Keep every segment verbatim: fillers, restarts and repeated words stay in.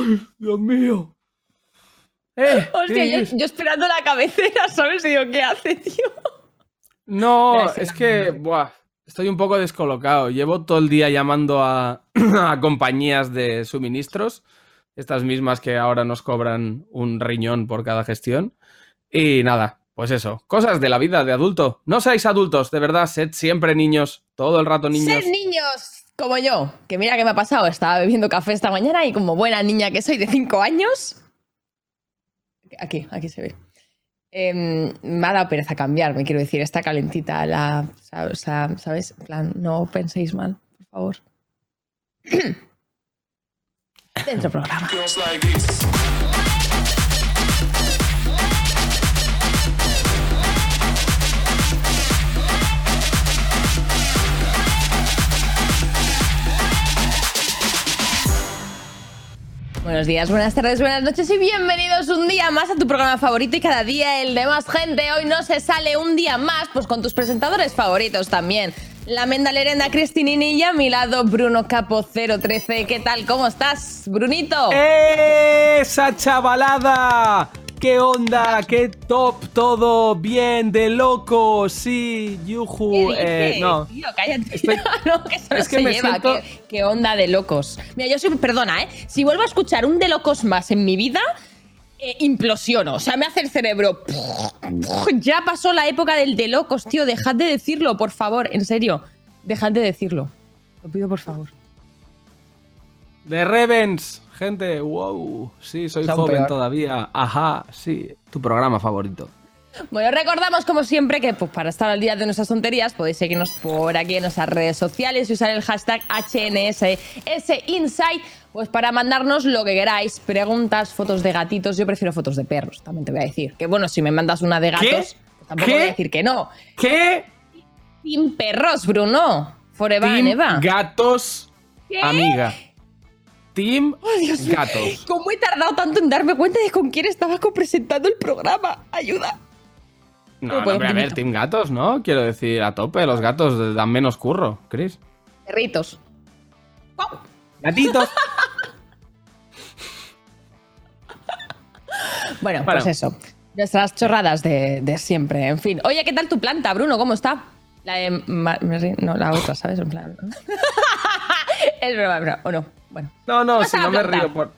¡Ay, Dios mío! Eh, Hostia, yo, yo esperando la cabecera, ¿sabes? Y digo, ¿qué hace, tío? No, es que, buah, estoy un poco descolocado. Llevo todo el día llamando a, a compañías de suministros, estas mismas que ahora nos cobran un riñón por cada gestión. Y nada, pues eso, cosas de la vida de adulto. No seáis adultos, de verdad, sed siempre niños, todo el rato niños. ¡Sed niños! Como yo, que mira qué me ha pasado. Estaba bebiendo café esta mañana y como buena niña que soy de cinco años... Aquí, aquí se ve. Eh, me ha dado pereza cambiarme, quiero decir, está calentita la... O sea, ¿sabes? En plan, no penséis mal, por favor. Dentro programa. Buenos días, buenas tardes, buenas noches y bienvenidos un día más a tu programa favorito y cada día el de más gente. Hoy no se sale un día más, pues con tus presentadores favoritos también. La Menda Lerenda Cristinini y a mi lado Bruno Capo cero trece. ¿Qué tal? ¿Cómo estás, Brunito? ¡Esa chavalada! ¿Qué onda? ¿Qué top todo? Bien, de loco, sí, yuju. ¿Qué eh, no. Tío, cállate. Estoy... no, que eso es no que se me lleva. siento... ¿Qué, qué onda de locos. Mira, yo soy... Perdona, ¿eh? Si vuelvo a escuchar un de locos más en mi vida, eh, implosiono. O sea, me hace el cerebro... Ya pasó la época del de locos, tío. Dejad de decirlo, por favor. En serio. Dejad de decirlo. Lo pido, por favor. De Revens, gente, wow, sí, soy Son joven peor. todavía, ajá, sí, tu programa favorito. Bueno, recordamos como siempre que pues, para estar al día de nuestras tonterías podéis seguirnos por aquí en nuestras redes sociales y usar el hashtag H N S S Insight pues para mandarnos lo que queráis, preguntas, fotos de gatitos. Yo prefiero fotos de perros, también te voy a decir. Que bueno, si me mandas una de gatos, ¿Qué? pues tampoco ¿Qué? voy a decir que no. ¿Qué? Team perros, Bruno. Forever and Team ever. gatos, ¿Qué? amiga. Team Oh, Dios mío. gatos. ¿Cómo he tardado tanto en darme cuenta de con quién estaba presentando el programa? Ayuda. No, no, puedo, hombre, a ver, Brunito. Team gatos, ¿no? Quiero decir, a tope, los gatos dan menos curro, Chris. Perritos. Guau. Gatitos. Bueno, Bueno. pues eso. Nuestras chorradas de, de siempre. En fin. Oye, ¿qué tal tu planta, Bruno? ¿Cómo está? La de... Ma- Merri- no, la otra, ¿sabes? En plan... es broma, es broma. ¿O no? Bueno. No, no, ¿Cómo si está no la me planta? río por...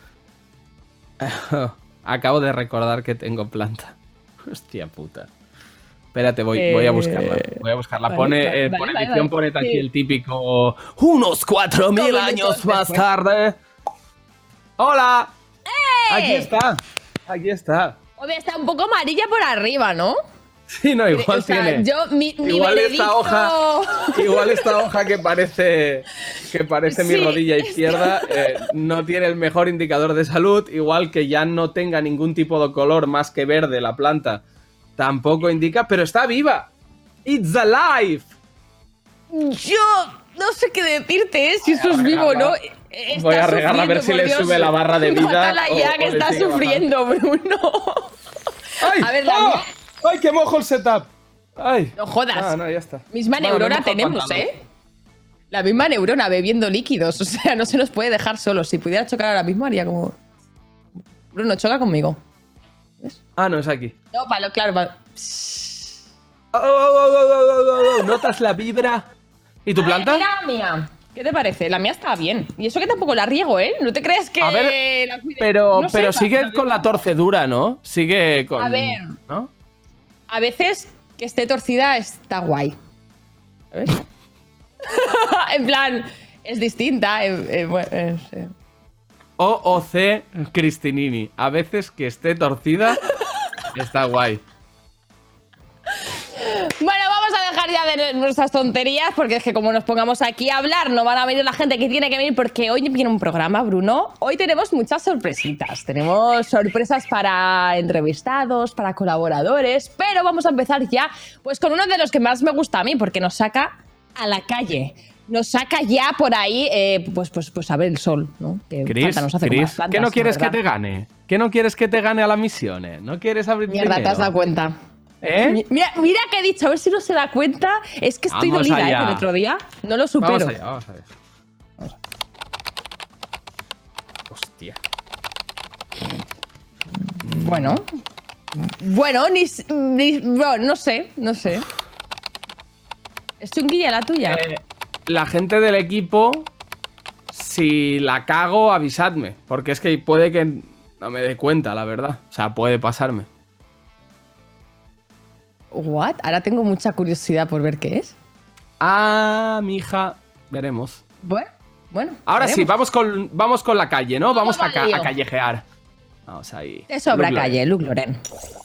Acabo de recordar que tengo planta. Hostia puta. Espérate, voy, Eh, voy a buscarla. Voy a buscarla. vale, Pone, vale, eh, vale, por vale, edición, vale. ponete aquí Sí. el típico... Unos cuatro mil Todo años eso más después. tarde. ¡Hola! Aquí está. Aquí está. Obvio, está un poco amarilla por arriba, ¿no? Sí, no, igual O sea, tiene... yo, mi, mi Igual veredicto... esta hoja, igual esta hoja que parece que parece mi Sí, rodilla está- izquierda eh, no tiene el mejor indicador de salud, igual que ya no tenga ningún tipo de color más que verde la planta, tampoco indica, pero está viva. It's alive. Yo no sé qué decirte, ¿eh? Si eso es vivo o no. Está Voy a regarla a ver si sufriendo, le por sube Dios. la barra de vida Mátala o- ya, o que le está sigue sufriendo, Bruno. ¡Ay! A ver, la ¡Ah! mía- ¡Ay, que mojo el setup! ¡Ay! No jodas. Ah, no, ya está. Misma Bueno, me neurona mojo el tenemos, pantalón. ¿eh? La misma neurona bebiendo líquidos. O sea, no se nos puede dejar solos. Si pudiera chocar ahora mismo, haría como... Bruno, choca conmigo. Ah, no, es aquí. No, palo, claro, palo. Oh, oh, oh, oh, oh, oh, oh. ¿Notas la vibra? ¿Y tu planta? Mira la mía. ¿Qué te parece? La mía está bien. Y eso que tampoco la riego, ¿eh? No te creas que A ver, la cuide- Pero, No sé, pero la- sigue la- con la torcedura, ¿no? Sigue con... A ver. ¿no? A veces que esté torcida está guay. ¿Sabes? En plan, es distinta. eh, eh, bueno, eh, sí. O O C Cristinini. A veces que esté torcida, está guay. Bueno, vamos a dejar ya de nuestras tonterías porque es que como nos pongamos aquí a hablar no van a venir la gente que tiene que venir porque hoy viene un programa, Bruno. Hoy tenemos muchas sorpresitas. Tenemos sorpresas para entrevistados, para colaboradores, pero vamos a empezar ya pues con uno de los que más me gusta a mí porque nos saca a la calle. Nos saca ya por ahí, eh, pues, pues, pues a ver el sol, ¿no? Que Chris, falta nos hace con las Chris, plantas, ¿qué no la quieres que verdad. te gane? ¿Qué no quieres que te gane a la misión? eh? ¿No quieres abrir Mierda, te has dado cuenta. ¿Eh? Mira, mira que he dicho, a ver si no se da cuenta. Es que estoy Vamos dolida, ¿eh? allá. Del otro día. No lo supero. Vamos allá, vamos a ver. Hostia. Bueno. Bueno, ni, ni bueno, no sé, no sé. ¿Es chunguilla la tuya? Eh, la gente del equipo, si la cago, avisadme. Porque es que puede que no me dé cuenta, la verdad. O sea, puede pasarme. ¿What? Ahora tengo mucha curiosidad por ver qué es. Ah, mija, veremos. Bueno, bueno. Ahora veremos. sí, vamos con, vamos con la calle, ¿no? Vamos, Vamos a, al ca lío. a callejear. Vamos ahí. Te sobra Luke calle, Loren. Luke Loren.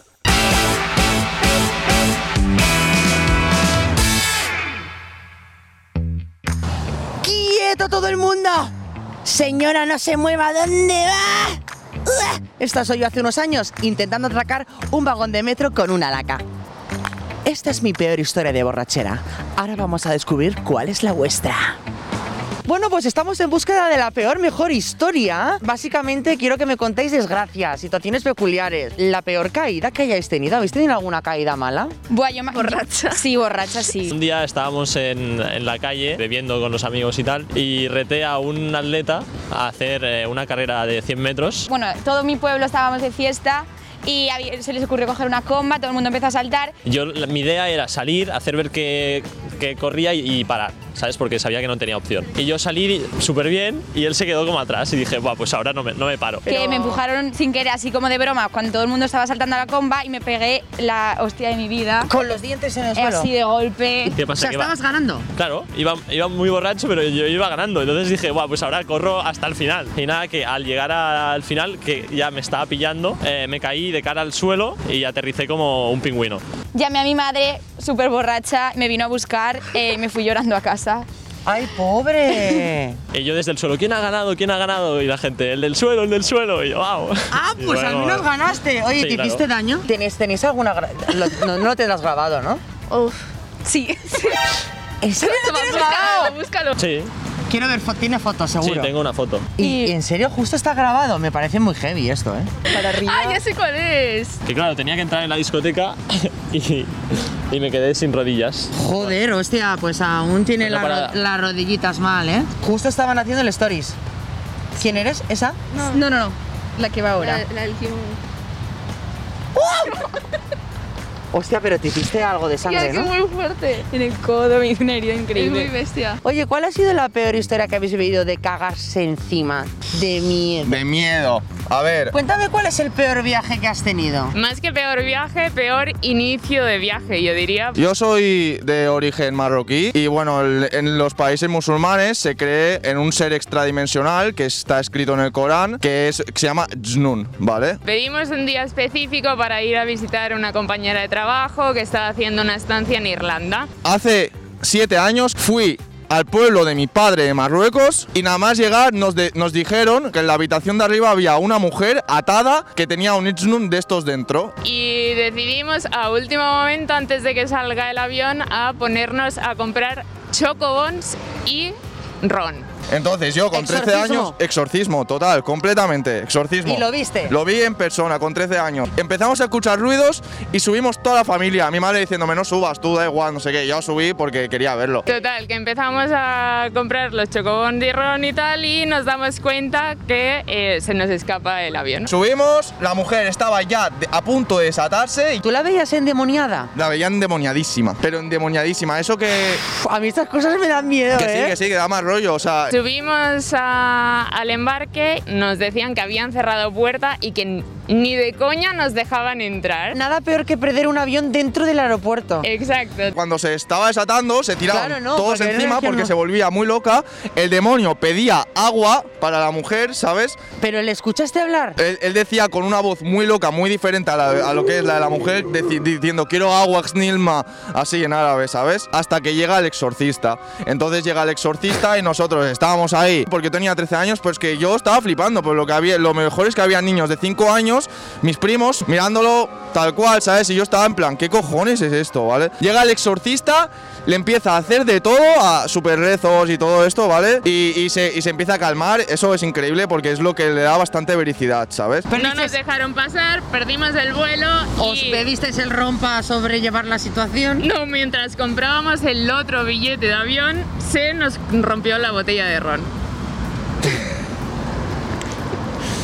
¡Quieto todo el mundo! Señora, no se mueva, ¿dónde va? ¡Uah! Esta soy yo hace unos años, intentando atracar un vagón de metro con una laca. Esta es mi peor historia de borrachera. Ahora vamos a descubrir cuál es la vuestra. Bueno, pues estamos en búsqueda de la peor, mejor historia. Básicamente quiero que me contéis desgracias, situaciones peculiares. La peor caída que hayáis tenido. ¿Habéis tenido alguna caída mala? Buah, yo me... ¿Borracha? Sí, borracha, sí. Un día estábamos en, en la calle bebiendo con los amigos y tal y reté a un atleta a hacer eh, una carrera de cien metros. Bueno, todo mi pueblo estábamos de fiesta y había- se les ocurrió coger una comba, todo el mundo empezó a saltar. Yo, la- mi idea era salir, hacer ver que, que corría y, y parar, ¿sabes? Porque sabía que no tenía opción. Y yo salí súper bien y él se quedó como atrás y dije, Buah, pues ahora no me, no me paro. Que me empujaron sin querer, así como de broma, cuando todo el mundo estaba saltando a la comba y me pegué la hostia de mi vida. Con los dientes en el Eh, suelo. Así de golpe. ¿Qué O pasa? sea, Que va- estabas ganando. Claro, iba, iba muy borracho, pero yo iba ganando. Entonces dije, Buah, pues ahora corro hasta el final. Y nada, que al llegar a- al final, que ya me estaba pillando, eh, me caí de cara al suelo y aterricé como un pingüino. Llamé a mi madre, súper borracha, me vino a buscar eh, y me fui llorando a casa. ¡Ay, pobre! Y yo desde el suelo, ¿quién ha ganado? ¿Quién ha ganado? Y la gente, el del suelo, el del suelo. Y yo, wow. Ah, Y pues al luego- menos ganaste. Oye, Sí, ¿te claro. hiciste daño? ¿Tenéis, tenéis alguna... gra- lo- no, no lo tendrás grabado, ¿no? Uf. Sí. ¿En serio lo tienes grabado? búscalo. Sí, Quiero ver, fo- tiene fotos, sí, seguro. tengo una foto. Y Y- en serio, justo está grabado. Me parece muy heavy esto, ¿eh? Para arriba. ¡Ah, ya sé cuál es! Que claro, tenía que entrar en la discoteca y, y me quedé sin rodillas. Joder, hostia, pues aún tiene Bueno, la para- ro- las rodillitas mal, ¿eh? Justo estaban haciendo el stories. ¿Quién eres? ¿Esa? No, no, no. La que va ahora. La, la del Kim. Hostia, pero te hiciste algo de sangre, ¿no? muy fuerte. En el codo me hizo una herida increíble. bestia. Oye, ¿cuál ha sido la peor historia que habéis vivido de cagarse encima? De miedo. De miedo. A ver, Cuéntame cuál es el peor viaje que has tenido. Más que peor viaje, peor inicio de viaje, yo diría. yo soy de origen marroquí y bueno, el- en los países musulmanes se cree en un ser extradimensional que está escrito en el Corán, que, es, que se llama Jnun, ¿vale? Pedimos un día específico para ir a visitar a una compañera de trabajo que estaba haciendo una estancia en Irlanda. Hace siete años fui al pueblo de mi padre de Marruecos y nada más llegar nos, de- nos dijeron que en la habitación de arriba había una mujer atada que tenía un Jnun de estos dentro. Y decidimos a último momento, antes de que salga el avión, a ponernos a comprar chocobons y ron. Entonces yo con trece Exorcismo. años, exorcismo, total, completamente, exorcismo. ¿Y lo viste? Lo vi en persona, con trece años. Empezamos a escuchar ruidos y subimos toda la familia. Mi madre diciéndome, no subas, tú da igual, no sé qué. Yo subí porque quería verlo. Total, que empezamos a comprar los chocobons y ron y tal y nos damos cuenta que eh, se nos escapa el avión. Subimos, la mujer estaba ya de- a punto de desatarse y ¿Tú la veías endemoniada? la veía endemoniadísima, pero endemoniadísima. Eso que, A mí estas cosas me dan miedo, que ¿eh? sí, que sí, que da más rollo, o sea... Subimos a- al embarque, nos decían que habían cerrado puerta y que n- ni de coña nos dejaban entrar. Nada peor que perder un avión dentro del aeropuerto. Exacto. Cuando se estaba desatando, se tiraban Claro, no, todos porque encima era que porque no- se volvía muy loca. El demonio pedía agua para la mujer, ¿sabes? ¿Pero le escuchaste hablar? Él, él decía con una voz muy loca, muy diferente a, la- a lo que es la de la mujer, deci- diciendo quiero agua, xnilma, así en árabe, ¿sabes? Hasta que llega el exorcista. Entonces llega el exorcista y nosotros estábamos ahí. Porque yo tenía trece años, pues que yo estaba flipando. Pues lo, que había, lo mejor es que había niños de cinco años, mis primos, mirándolo tal cual, ¿sabes? Y yo estaba en plan, ¿qué cojones es esto, ¿vale? Llega el exorcista, le empieza a hacer de todo, a super rezos y todo esto, ¿vale? Y, y se, y se empieza a calmar. Eso es increíble porque es lo que le da bastante vericidad, ¿sabes? No nos dejaron pasar, perdimos el vuelo ¿Os y... bebisteis el ron para sobrellevar la situación? No, mientras comprábamos el otro billete de avión, se nos rompió la botella de ron.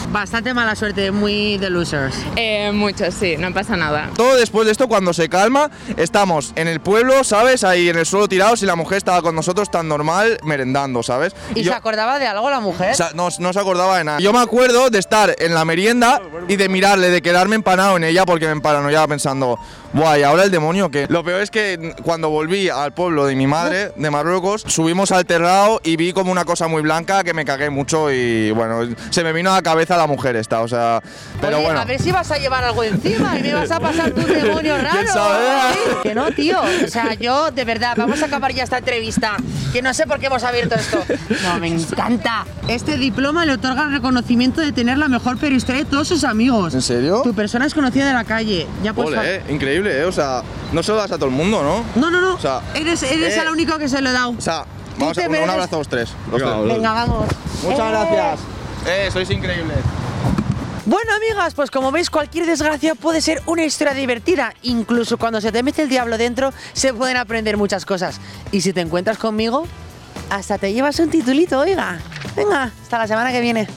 Bastante mala suerte, muy de losers. Eh, mucho, sí, no pasa nada. Todo después de esto, cuando se calma, estamos en el pueblo, ¿sabes? Ahí en el suelo tirados y la mujer estaba con nosotros tan normal, merendando, ¿sabes? ¿Y yo, se acordaba de algo la mujer? O sea, no, no se acordaba de nada. Yo me acuerdo de estar en la merienda y de mirarle, de quedarme empanado en ella porque me emparanoiaba pensando, buah, ¿y ahora el demonio qué? Lo peor es que cuando volví al pueblo de mi madre, de Marruecos, subimos al terrado y vi como una cosa muy blanca que me cagué mucho y bueno, se me vino a la cabeza la mujer esta, o sea, pero Oye, bueno. a ver si vas a llevar algo encima y me vas a pasar tu demonio raro. ¿Quién sabe? Que no, tío. O sea, yo, de verdad, vamos a acabar ya esta entrevista. Que no sé por qué hemos abierto esto. No, me encanta. Este diploma le otorga el reconocimiento de tener la mejor perihistoria de todos sus amigos. ¿En serio? Tu persona es conocida de la calle. Ya puedes. Ole, eh, increíble, eh, o sea, no se lo das a todo el mundo, ¿no? No, no, no. O sea, eres eres eh, el único que se lo he dado. O sea, vamos te a un, mereces- un abrazo a los tres. Los tres. Venga, vamos. Muchas Eh. gracias. Eh, sois increíbles. Bueno, amigas, pues como veis, cualquier desgracia puede ser una historia divertida. Incluso cuando se te mete el diablo dentro, se pueden aprender muchas cosas. Y si te encuentras conmigo, hasta te llevas un titulito, oiga. Venga, hasta la semana que viene.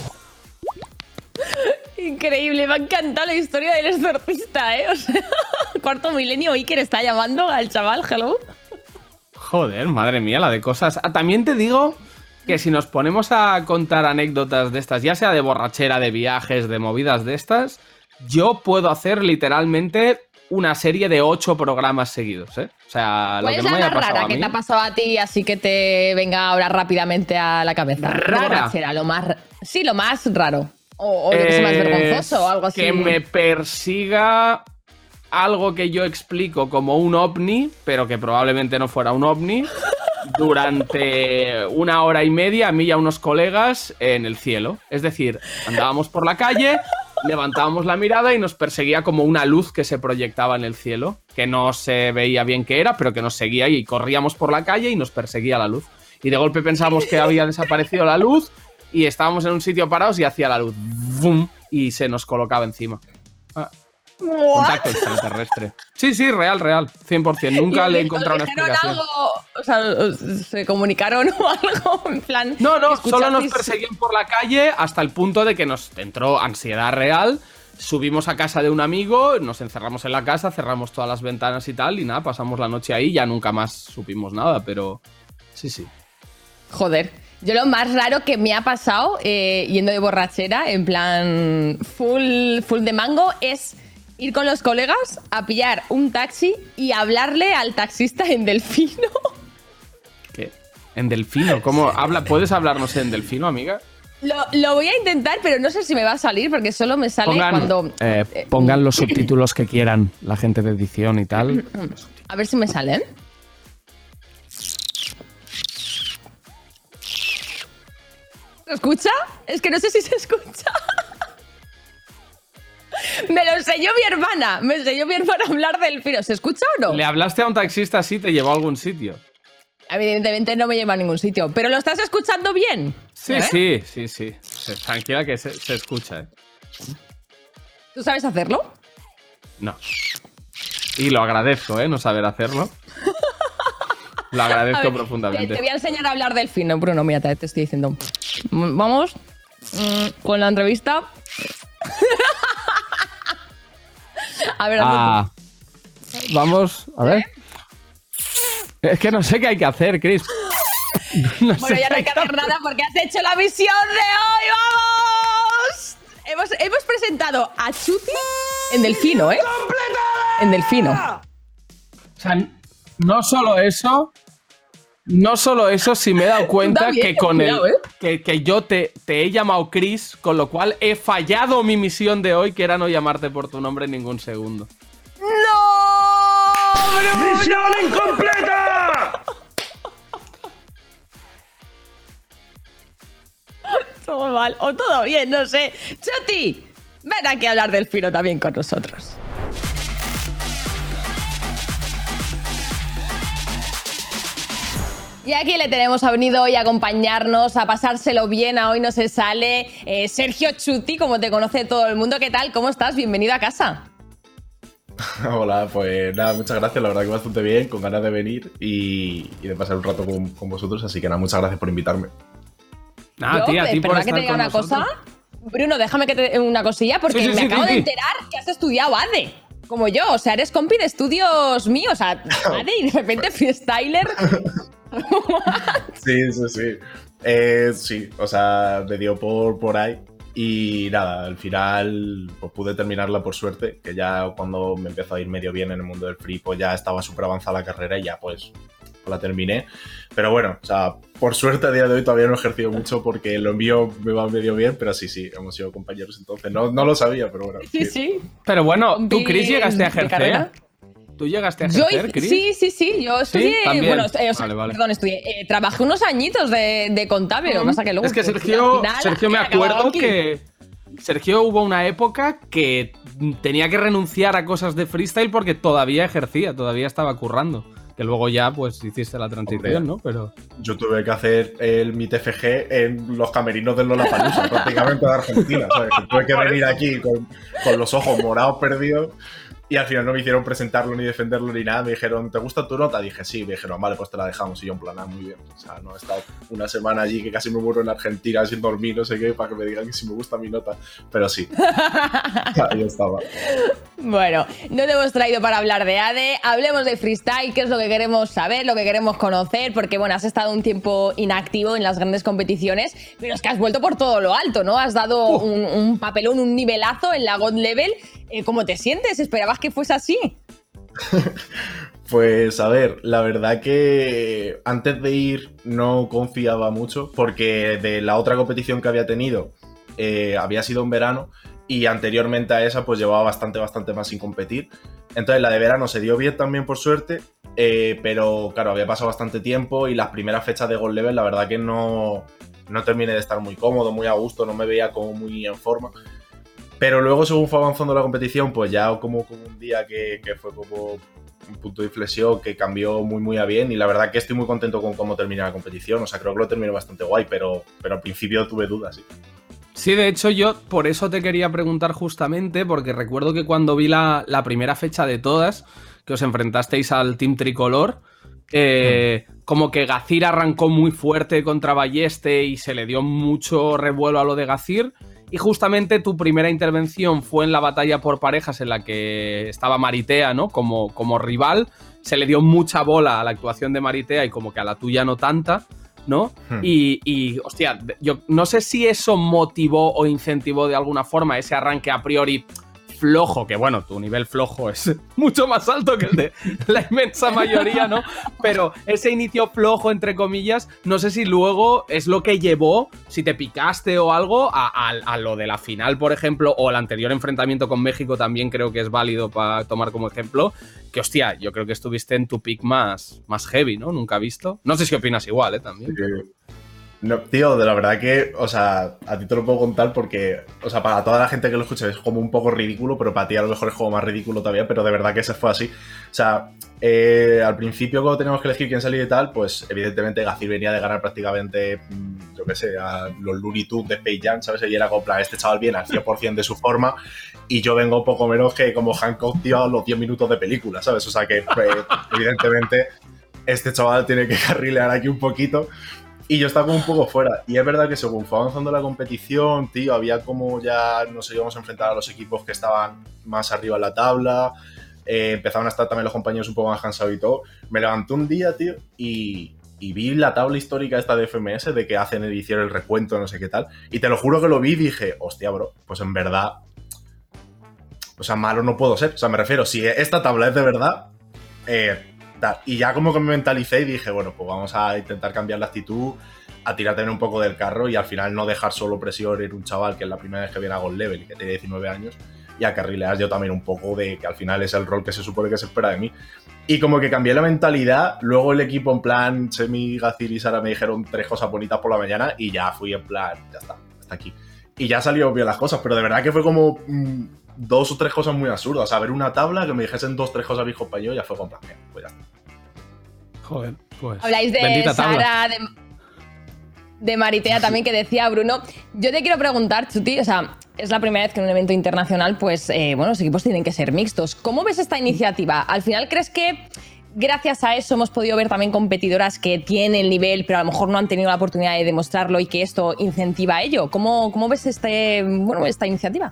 Increíble, me ha encantado la historia del exorcista, ¿eh? O sea, cuarto milenio, Iker está llamando al chaval, hello. Joder, madre mía, la de cosas. Ah, también te digo que si nos ponemos a contar anécdotas de estas, ya sea de borrachera, de viajes, de movidas de estas, yo puedo hacer literalmente una serie de ocho programas seguidos, ¿eh? O sea, lo ¿Cuál que es no la me haya más pasado rara a que mí. te ha pasado a ti, así que te venga ahora rápidamente a la cabeza? ¿Rara? De borrachera, lo más... Sí, lo más raro. O, o yo que sé, más Eh, vergonzoso o algo así. Que me persiga algo que yo explico como un ovni, pero que probablemente no fuera un ovni, durante una hora y media a mí y a unos colegas en el cielo. Es decir, andábamos por la calle, levantábamos la mirada y nos perseguía como una luz que se proyectaba en el cielo, que no se veía bien qué era, pero que nos seguía y corríamos por la calle y nos perseguía la luz. Y de golpe pensamos que había desaparecido la luz y estábamos en un sitio parados y hacía la luz. ¡Bum! Y se nos colocaba encima. Ah, contacto extraterrestre. Sí, sí, real, real. cien por cien. Nunca ¿Y le he os encontrado una dijeron explicación. algo? O sea, ¿os- ¿se comunicaron o algo? En plan. No, no, ¿escuchasteis? solo nos perseguían por la calle hasta el punto de que nos entró ansiedad real. Subimos a casa de un amigo, nos encerramos en la casa, cerramos todas las ventanas y tal, y nada, pasamos la noche ahí, ya nunca más supimos nada, pero sí, sí. Joder. Yo lo más raro que me ha pasado eh, yendo de borrachera, en plan full, full de mango, es ir con los colegas a pillar un taxi y hablarle al taxista en delfino. ¿Qué? ¿En delfino? ¿Cómo habla? ¿Puedes hablarnos en delfino, amiga? Lo, lo voy a intentar, pero no sé si me va a salir porque solo me sale Pongan, cuando... eh, eh, pongan los subtítulos que quieran, la gente de edición y tal. A ver si me salen. ¿Se escucha? Es que no sé si se escucha. Me lo enseñó mi hermana. Me enseñó mi hermana a hablar del fino. ¿Se escucha o no? ¿Le hablaste a un taxista así, te llevó a algún sitio? Evidentemente no me lleva a ningún sitio. ¿Pero lo estás escuchando bien? Sí, ¿Eh? sí, sí, sí. Sí, tranquila que se, se escucha, ¿eh? ¿Tú sabes hacerlo? No. Y lo agradezco, ¿eh? No saber hacerlo. Lo A agradezco ver, profundamente. Te, te voy a enseñar a hablar del fino, Bruno. Mira, te, te estoy diciendo. Mm, Vamos mm, con la entrevista. A ver, Ah, vamos, a ver. Es que no sé qué hay que hacer, Chris. No bueno, sé ya no hay qué que hacer nada porque has hecho la misión de hoy. ¡Vamos! Hemos, hemos presentado a Chuti en Delfino, ¿eh? En Delfino. O sea, no solo eso, no solo eso, si me he dado cuenta también, que con el cuidado, ¿eh? que, que yo te, te he llamado Chris, con lo cual he fallado mi misión de hoy, que era no llamarte por tu nombre en ningún segundo. ¡No! Bruno! ¡Misión incompleta! Todo mal o todo bien, no sé. Chuti, ven aquí a hablar del fino también con nosotros. Y aquí le tenemos, ha venido hoy a acompañarnos, a pasárselo bien, a Hoy No Se Sale. Eh, Sergio Chuti, como te conoce todo el mundo. ¿Qué tal? ¿Cómo estás? Bienvenido a casa. Hola, pues nada, muchas gracias, la verdad que bastante bien, con ganas de venir y, y de pasar un rato con, con vosotros, así que nada, muchas gracias por invitarme. Nada, Yo, tía, a ti por ¿verdad estar que te diga con una cosa? nosotros. Bruno, déjame que te una cosilla, porque sí, sí, me sí, acabo sí, de sí. enterar que has estudiado A D E, como yo. O sea, eres compi de estudios míos. O sea, A D E y de repente freestyler. Sí, sí, sí. Eh, sí, o sea, me dio por, por ahí. Y nada, al final pues pude terminarla por suerte, que ya cuando me empezó a ir medio bien en el mundo del free, pues ya estaba súper avanzada la carrera y ya pues la terminé. Pero bueno, o sea, por suerte a día de hoy todavía no he ejercido mucho porque lo mío me va medio bien, pero sí, sí, hemos sido compañeros entonces. No, no lo sabía, pero bueno. Sí, sí. Pero bueno, ¿tú, Compi Chris, llegaste a de carrera. ejercer? ¿Tú llegaste a Yo ejercer, hice- Chris? sí, sí, sí. Yo estudié. ¿También? Bueno, eh, o sea, Vale, vale. perdón, estudié. eh, trabajé unos añitos de, de contable. Lo que pasa que luego. Es que pues, Sergio, al final, Sergio me he acabado acuerdo aquí. que Sergio hubo una época que tenía que renunciar a cosas de freestyle porque todavía ejercía, todavía estaba currando. Que luego ya pues hiciste la transición, Hombre. ¿no? Pero Yo tuve que hacer el, mi T F G en los camerinos del Lollapalooza, prácticamente de Argentina, ¿sabes? Que tuve que venir aquí con, con los ojos morados perdidos y al final no me hicieron presentarlo ni defenderlo ni nada. Me dijeron, ¿te gusta tu nota? Dije, sí. Me dijeron, vale, pues te la dejamos. Y yo en plan, ah, muy bien. O sea, no he estado una semana allí que casi me muero en Argentina sin dormir, no sé qué, para que me digan que si me gusta mi nota. Pero sí. Ahí estaba. Bueno, no te hemos traído para hablar de A D E, hablemos de freestyle, que es lo que queremos saber, lo que queremos conocer, porque bueno, has estado un tiempo inactivo en las grandes competiciones, pero es que has vuelto por todo lo alto, ¿no? Has dado un, un papelón, un nivelazo en la God Level. Eh, ¿Cómo te sientes? ¿Esperabas que fuese así? Pues a ver, la verdad que antes de ir no confiaba mucho porque de la otra competición que había tenido eh, había sido en verano y anteriormente a esa pues llevaba bastante, bastante más sin competir. Entonces la de verano se dio bien también por suerte, eh, pero claro, había pasado bastante tiempo y las primeras fechas de Gold Level la verdad que no, no terminé de estar muy cómodo, muy a gusto, no me veía como muy en forma. Pero luego según fue avanzando la competición, pues ya como, como un día que, que fue como un punto de inflexión que cambió muy muy a bien y la verdad que estoy muy contento con cómo terminé la competición. O sea, creo que lo terminé bastante guay, pero, pero al principio tuve dudas, sí. sí, de hecho yo por eso te quería preguntar justamente, porque recuerdo que cuando vi la, la primera fecha de todas, que os enfrentasteis al Team Tricolor, eh, mm. como que Gazir arrancó muy fuerte contra Balleste y se le dio mucho revuelo a lo de Gazir. Y justamente tu primera intervención fue en la batalla por parejas en la que estaba Maritea, ¿no? Como, como rival. Se le dio mucha bola a la actuación de Maritea y como que a la tuya no tanta, ¿no? Hmm. Y, y, hostia, yo no sé si eso motivó o incentivó de alguna forma ese arranque a priori flojo, que bueno, tu nivel flojo es mucho más alto que el de la inmensa mayoría, ¿no? Pero ese inicio flojo, entre comillas, no sé si luego es lo que llevó, si te picaste o algo, a, a, a lo de la final, por ejemplo, o el anterior enfrentamiento con México también creo que es válido para tomar como ejemplo, que hostia, yo creo que estuviste en tu pick más, más heavy, ¿no? Nunca visto. No sé si opinas igual, ¿eh? También. Sí. No, tío, de la verdad que, o sea, a ti te lo puedo contar porque, o sea, para toda la gente que lo escucha es como un poco ridículo, pero para ti a lo mejor es como más ridículo todavía, pero de verdad que se fue así. O sea, eh, al principio cuando teníamos que elegir quién salía y tal, pues evidentemente Gazir venía de ganar prácticamente, yo qué sé, a los Looney Tunes de Space Jam, ¿sabes? Y era como, plan, este chaval viene al cien por ciento de su forma y yo vengo poco menos que como Hancock, tío, a los diez minutos de película, ¿sabes? O sea que, pues, evidentemente, este chaval tiene que carrilear aquí un poquito. Y yo estaba como un poco fuera. Y es verdad que según fue avanzando la competición, tío, había como ya nos íbamos a enfrentar a los equipos que estaban más arriba en la tabla. Eh, empezaban a estar también los compañeros un poco más cansados y todo. Me levanté un día, tío, y, y vi la tabla histórica esta de F M S, de que hacen el hicieron el recuento, no sé qué tal. Y te lo juro que lo vi y dije, hostia, bro, pues en verdad... O sea, malo no puedo ser. O sea, me refiero, si esta tabla es de verdad... Eh, Y ya como que me mentalicé y dije, bueno, pues vamos a intentar cambiar la actitud, a tirar también un poco del carro y al final no dejar solo presión en un chaval que es la primera vez que viene a Gold Level y que tiene diecinueve años y a carrilear yo también un poco de que al final es el rol que se supone que se espera de mí. Y como que cambié la mentalidad, luego el equipo en plan, Chemi, Gazir y Sara me dijeron tres cosas bonitas por la mañana y ya fui en plan, ya está, hasta aquí. Y ya salió bien las cosas, pero de verdad que fue como... Mmm, dos o tres cosas muy absurdas. O sea, ver una tabla que me dijesen dos o tres cosas mis compañeros ya fue con plan, pues ya está. Joder, pues. Habláis de Sara, de, de Maritea también, que decía Bruno. Yo te quiero preguntar, Chuti, o sea, es la primera vez que en un evento internacional, pues, eh, bueno, los equipos tienen que ser mixtos. ¿Cómo ves esta iniciativa? ¿Al final crees que gracias a eso hemos podido ver también competidoras que tienen nivel, pero a lo mejor no han tenido la oportunidad de demostrarlo y que esto incentiva a ello. ¿Cómo, cómo ves este, bueno, esta iniciativa?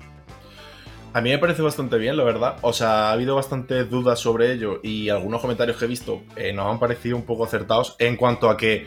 A mí me parece bastante bien, la verdad. O sea, ha habido bastantes dudas sobre ello y algunos comentarios que he visto eh, nos han parecido un poco acertados en cuanto a que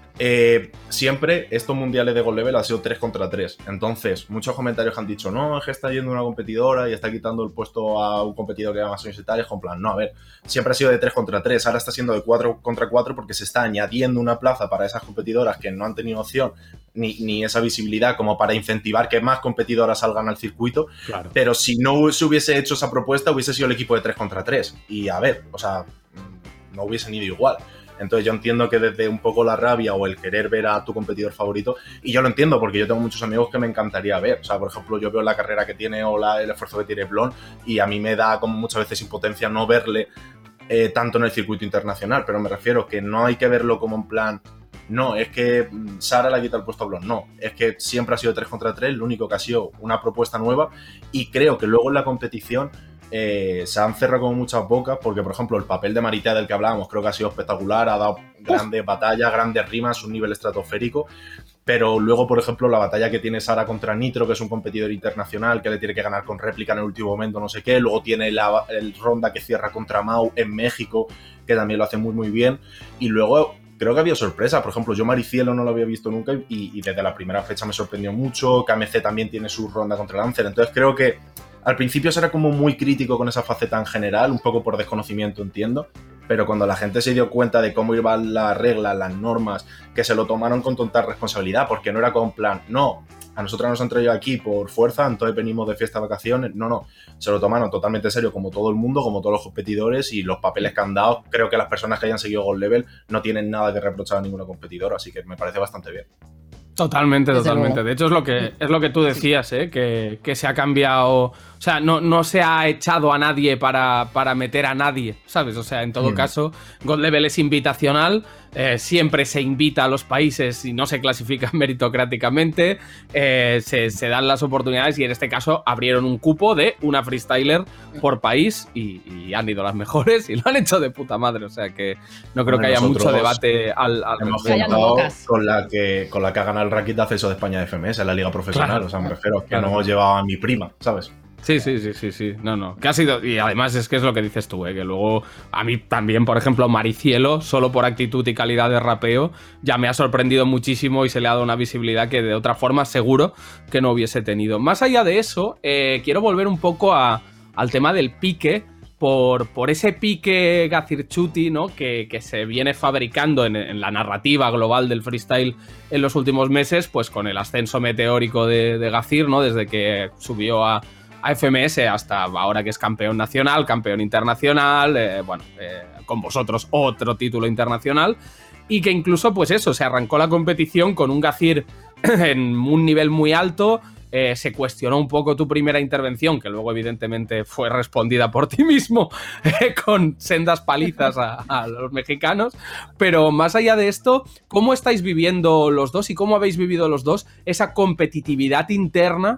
eh, siempre estos mundiales de Gold Level han sido tres contra tres. Entonces, muchos comentarios han dicho, no, es que está yendo una competidora y está quitando el puesto a un competidor que era más años y tal. Es con plan, no, a ver, siempre ha sido de tres contra tres, ahora está siendo de cuatro contra cuatro porque se está añadiendo una plaza para esas competidoras que no han tenido opción ni, ni esa visibilidad como para incentivar que más competidoras salgan al circuito. Claro. Pero si no se hubiese hecho esa propuesta, hubiese sido el equipo de tres contra tres. Y a ver, o sea, no hubiesen ido igual. Entonces yo entiendo que desde un poco la rabia o el querer ver a tu competidor favorito, y yo lo entiendo porque yo tengo muchos amigos que me encantaría ver. O sea, por ejemplo, yo veo la carrera que tiene o la, el esfuerzo que tiene Blon y a mí me da como muchas veces impotencia no verle eh, tanto en el circuito internacional, pero me refiero que no hay que verlo como en plan, no, es que Sara le ha quitado el puesto a Blon, no, es que siempre ha sido tres contra tres, lo único que ha sido una propuesta nueva y creo que luego en la competición Eh, se han cerrado como muchas bocas porque, por ejemplo, el papel de Maritea del que hablábamos creo que ha sido espectacular, ha dado grandes batallas, grandes rimas, un nivel estratosférico, pero luego, por ejemplo, la batalla que tiene Sara contra Nitro, que es un competidor internacional que le tiene que ganar con réplica en el último momento, no sé qué, luego tiene la el ronda que cierra contra Mau en México, que también lo hace muy muy bien, y luego creo que había sorpresa. Por ejemplo, yo Maricielo no lo había visto nunca y, y desde la primera fecha me sorprendió mucho. K M C también tiene su ronda contra Lancer, entonces creo que al principio será como muy crítico con esa faceta en general, un poco por desconocimiento, entiendo, pero cuando la gente se dio cuenta de cómo iban las reglas, las normas, que se lo tomaron con total responsabilidad, porque no era con plan, no, a nosotros nos han traído aquí por fuerza, entonces venimos de fiesta de vacaciones, no, no, se lo tomaron totalmente en serio como todo el mundo, como todos los competidores y los papeles que han dado, creo que las personas que hayan seguido Gold Level no tienen nada que reprochar a ninguna competidora, así que me parece bastante bien. Totalmente, Desde totalmente. luego. De hecho, es lo que, es lo que tú decías, ¿eh? Que, que se ha cambiado. O sea, no, no se ha echado a nadie para, para meter a nadie, ¿sabes? O sea, en todo mm. caso, Gold Level es invitacional. Eh, siempre se invita a los países y no se clasifican meritocráticamente. Eh, se, se dan las oportunidades y en este caso abrieron un cupo de una freestyler por país y, y han ido las mejores y lo han hecho de puta madre. O sea que no creo bueno, que haya mucho debate al, al hemos contado con la que con la que ha ganado el ranking de acceso de España de F M S en la liga profesional. Claro, o sea, me refiero que claro. no llevaba a mi prima, ¿sabes? Sí, sí, sí, sí, sí. No, no. Que ha sido. Y además es que es lo que dices tú, ¿eh? Que luego a mí también, por ejemplo, Maricielo, solo por actitud y calidad de rapeo, ya me ha sorprendido muchísimo y se le ha dado una visibilidad que de otra forma seguro que no hubiese tenido. Más allá de eso, eh, quiero volver un poco a, al tema del pique. Por, por ese pique Gazirchuti, ¿no? Que, que se viene fabricando en, en la narrativa global del freestyle en los últimos meses, pues con el ascenso meteórico de, de Gazir, ¿no? Desde que subió a, a F M S hasta ahora que es campeón nacional, campeón internacional, eh, bueno, eh, con vosotros otro título internacional, y que incluso, pues eso, se arrancó la competición con un Gazir en un nivel muy alto. Eh, se cuestionó un poco tu primera intervención, que luego evidentemente fue respondida por ti mismo eh, con sendas palizas a, a los mexicanos, pero más allá de esto, ¿cómo estáis viviendo los dos y cómo habéis vivido los dos esa competitividad interna,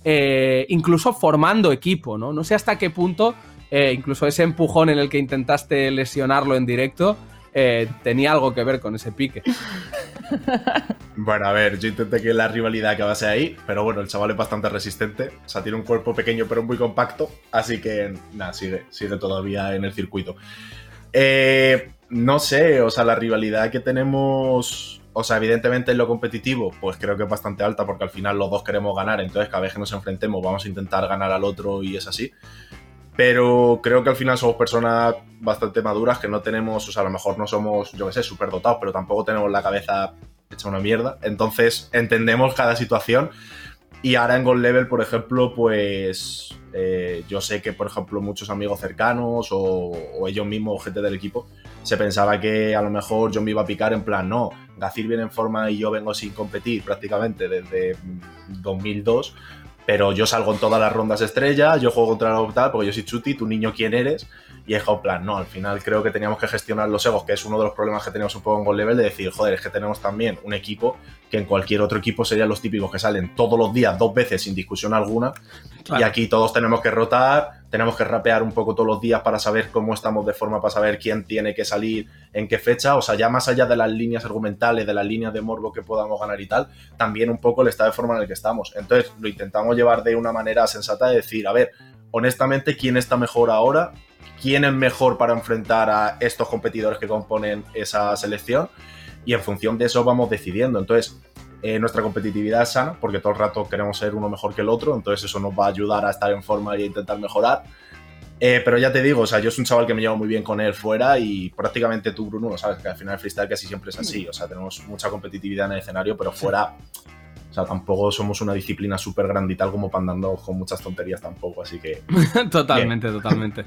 eh, incluso formando equipo, ¿no? No sé hasta qué punto, eh, incluso ese empujón en el que intentaste lesionarlo en directo, eh, tenía algo que ver con ese pique. Bueno, a ver, yo intenté que la rivalidad acabase ahí, pero bueno, el chaval es bastante resistente, o sea, tiene un cuerpo pequeño pero muy compacto, así que nada, sigue, sigue todavía en el circuito. Eh, no sé, o sea, la rivalidad que tenemos, o sea, evidentemente en lo competitivo, pues creo que es bastante alta porque al final los dos queremos ganar, entonces cada vez que nos enfrentemos vamos a intentar ganar al otro y es así. Pero creo que al final somos personas bastante maduras que no tenemos, o sea, a lo mejor no somos, yo qué sé, súper dotados, pero tampoco tenemos la cabeza hecha una mierda. Entonces entendemos cada situación y ahora en Gold Level, por ejemplo, pues eh, yo sé que, por ejemplo, muchos amigos cercanos o, o ellos mismos, gente del equipo, se pensaba que a lo mejor yo me iba a picar en plan, no, Gazir viene en forma y yo vengo sin competir prácticamente desde dos mil dos. Pero yo salgo en todas las rondas estrella, yo juego contra la tal, porque yo soy Chuti, tu niño quién eres, y es en plan, no, al final creo que teníamos que gestionar los egos, que es uno de los problemas que tenemos un poco en Gold Level, de decir, joder, es que tenemos también un equipo que en cualquier otro equipo serían los típicos que salen todos los días, dos veces, sin discusión alguna, claro. Y aquí todos tenemos que rotar, tenemos que rapear un poco todos los días para saber cómo estamos de forma, para saber quién tiene que salir, en qué fecha, o sea, ya más allá de las líneas argumentales, de las líneas de morbo que podamos ganar y tal, también un poco el estado de forma en el que estamos. Entonces, lo intentamos llevar de una manera sensata de decir, a ver, honestamente, ¿quién está mejor ahora? ¿Quién es mejor para enfrentar a estos competidores que componen esa selección? Y en función de eso vamos decidiendo. Entonces, eh, nuestra competitividad es sana porque todo el rato queremos ser uno mejor que el otro, entonces eso nos va a ayudar a estar en forma y a intentar mejorar. Eh, pero ya te digo, o sea, yo soy un chaval que me llevo muy bien con él fuera y prácticamente tú, Bruno, lo sabes, que al final el freestyle casi siempre es así. O sea, tenemos mucha competitividad en el escenario, pero fuera, o sea, tampoco somos una disciplina súper grande y tal como para andarnos con muchas tonterías tampoco, así que... Totalmente, bien. totalmente.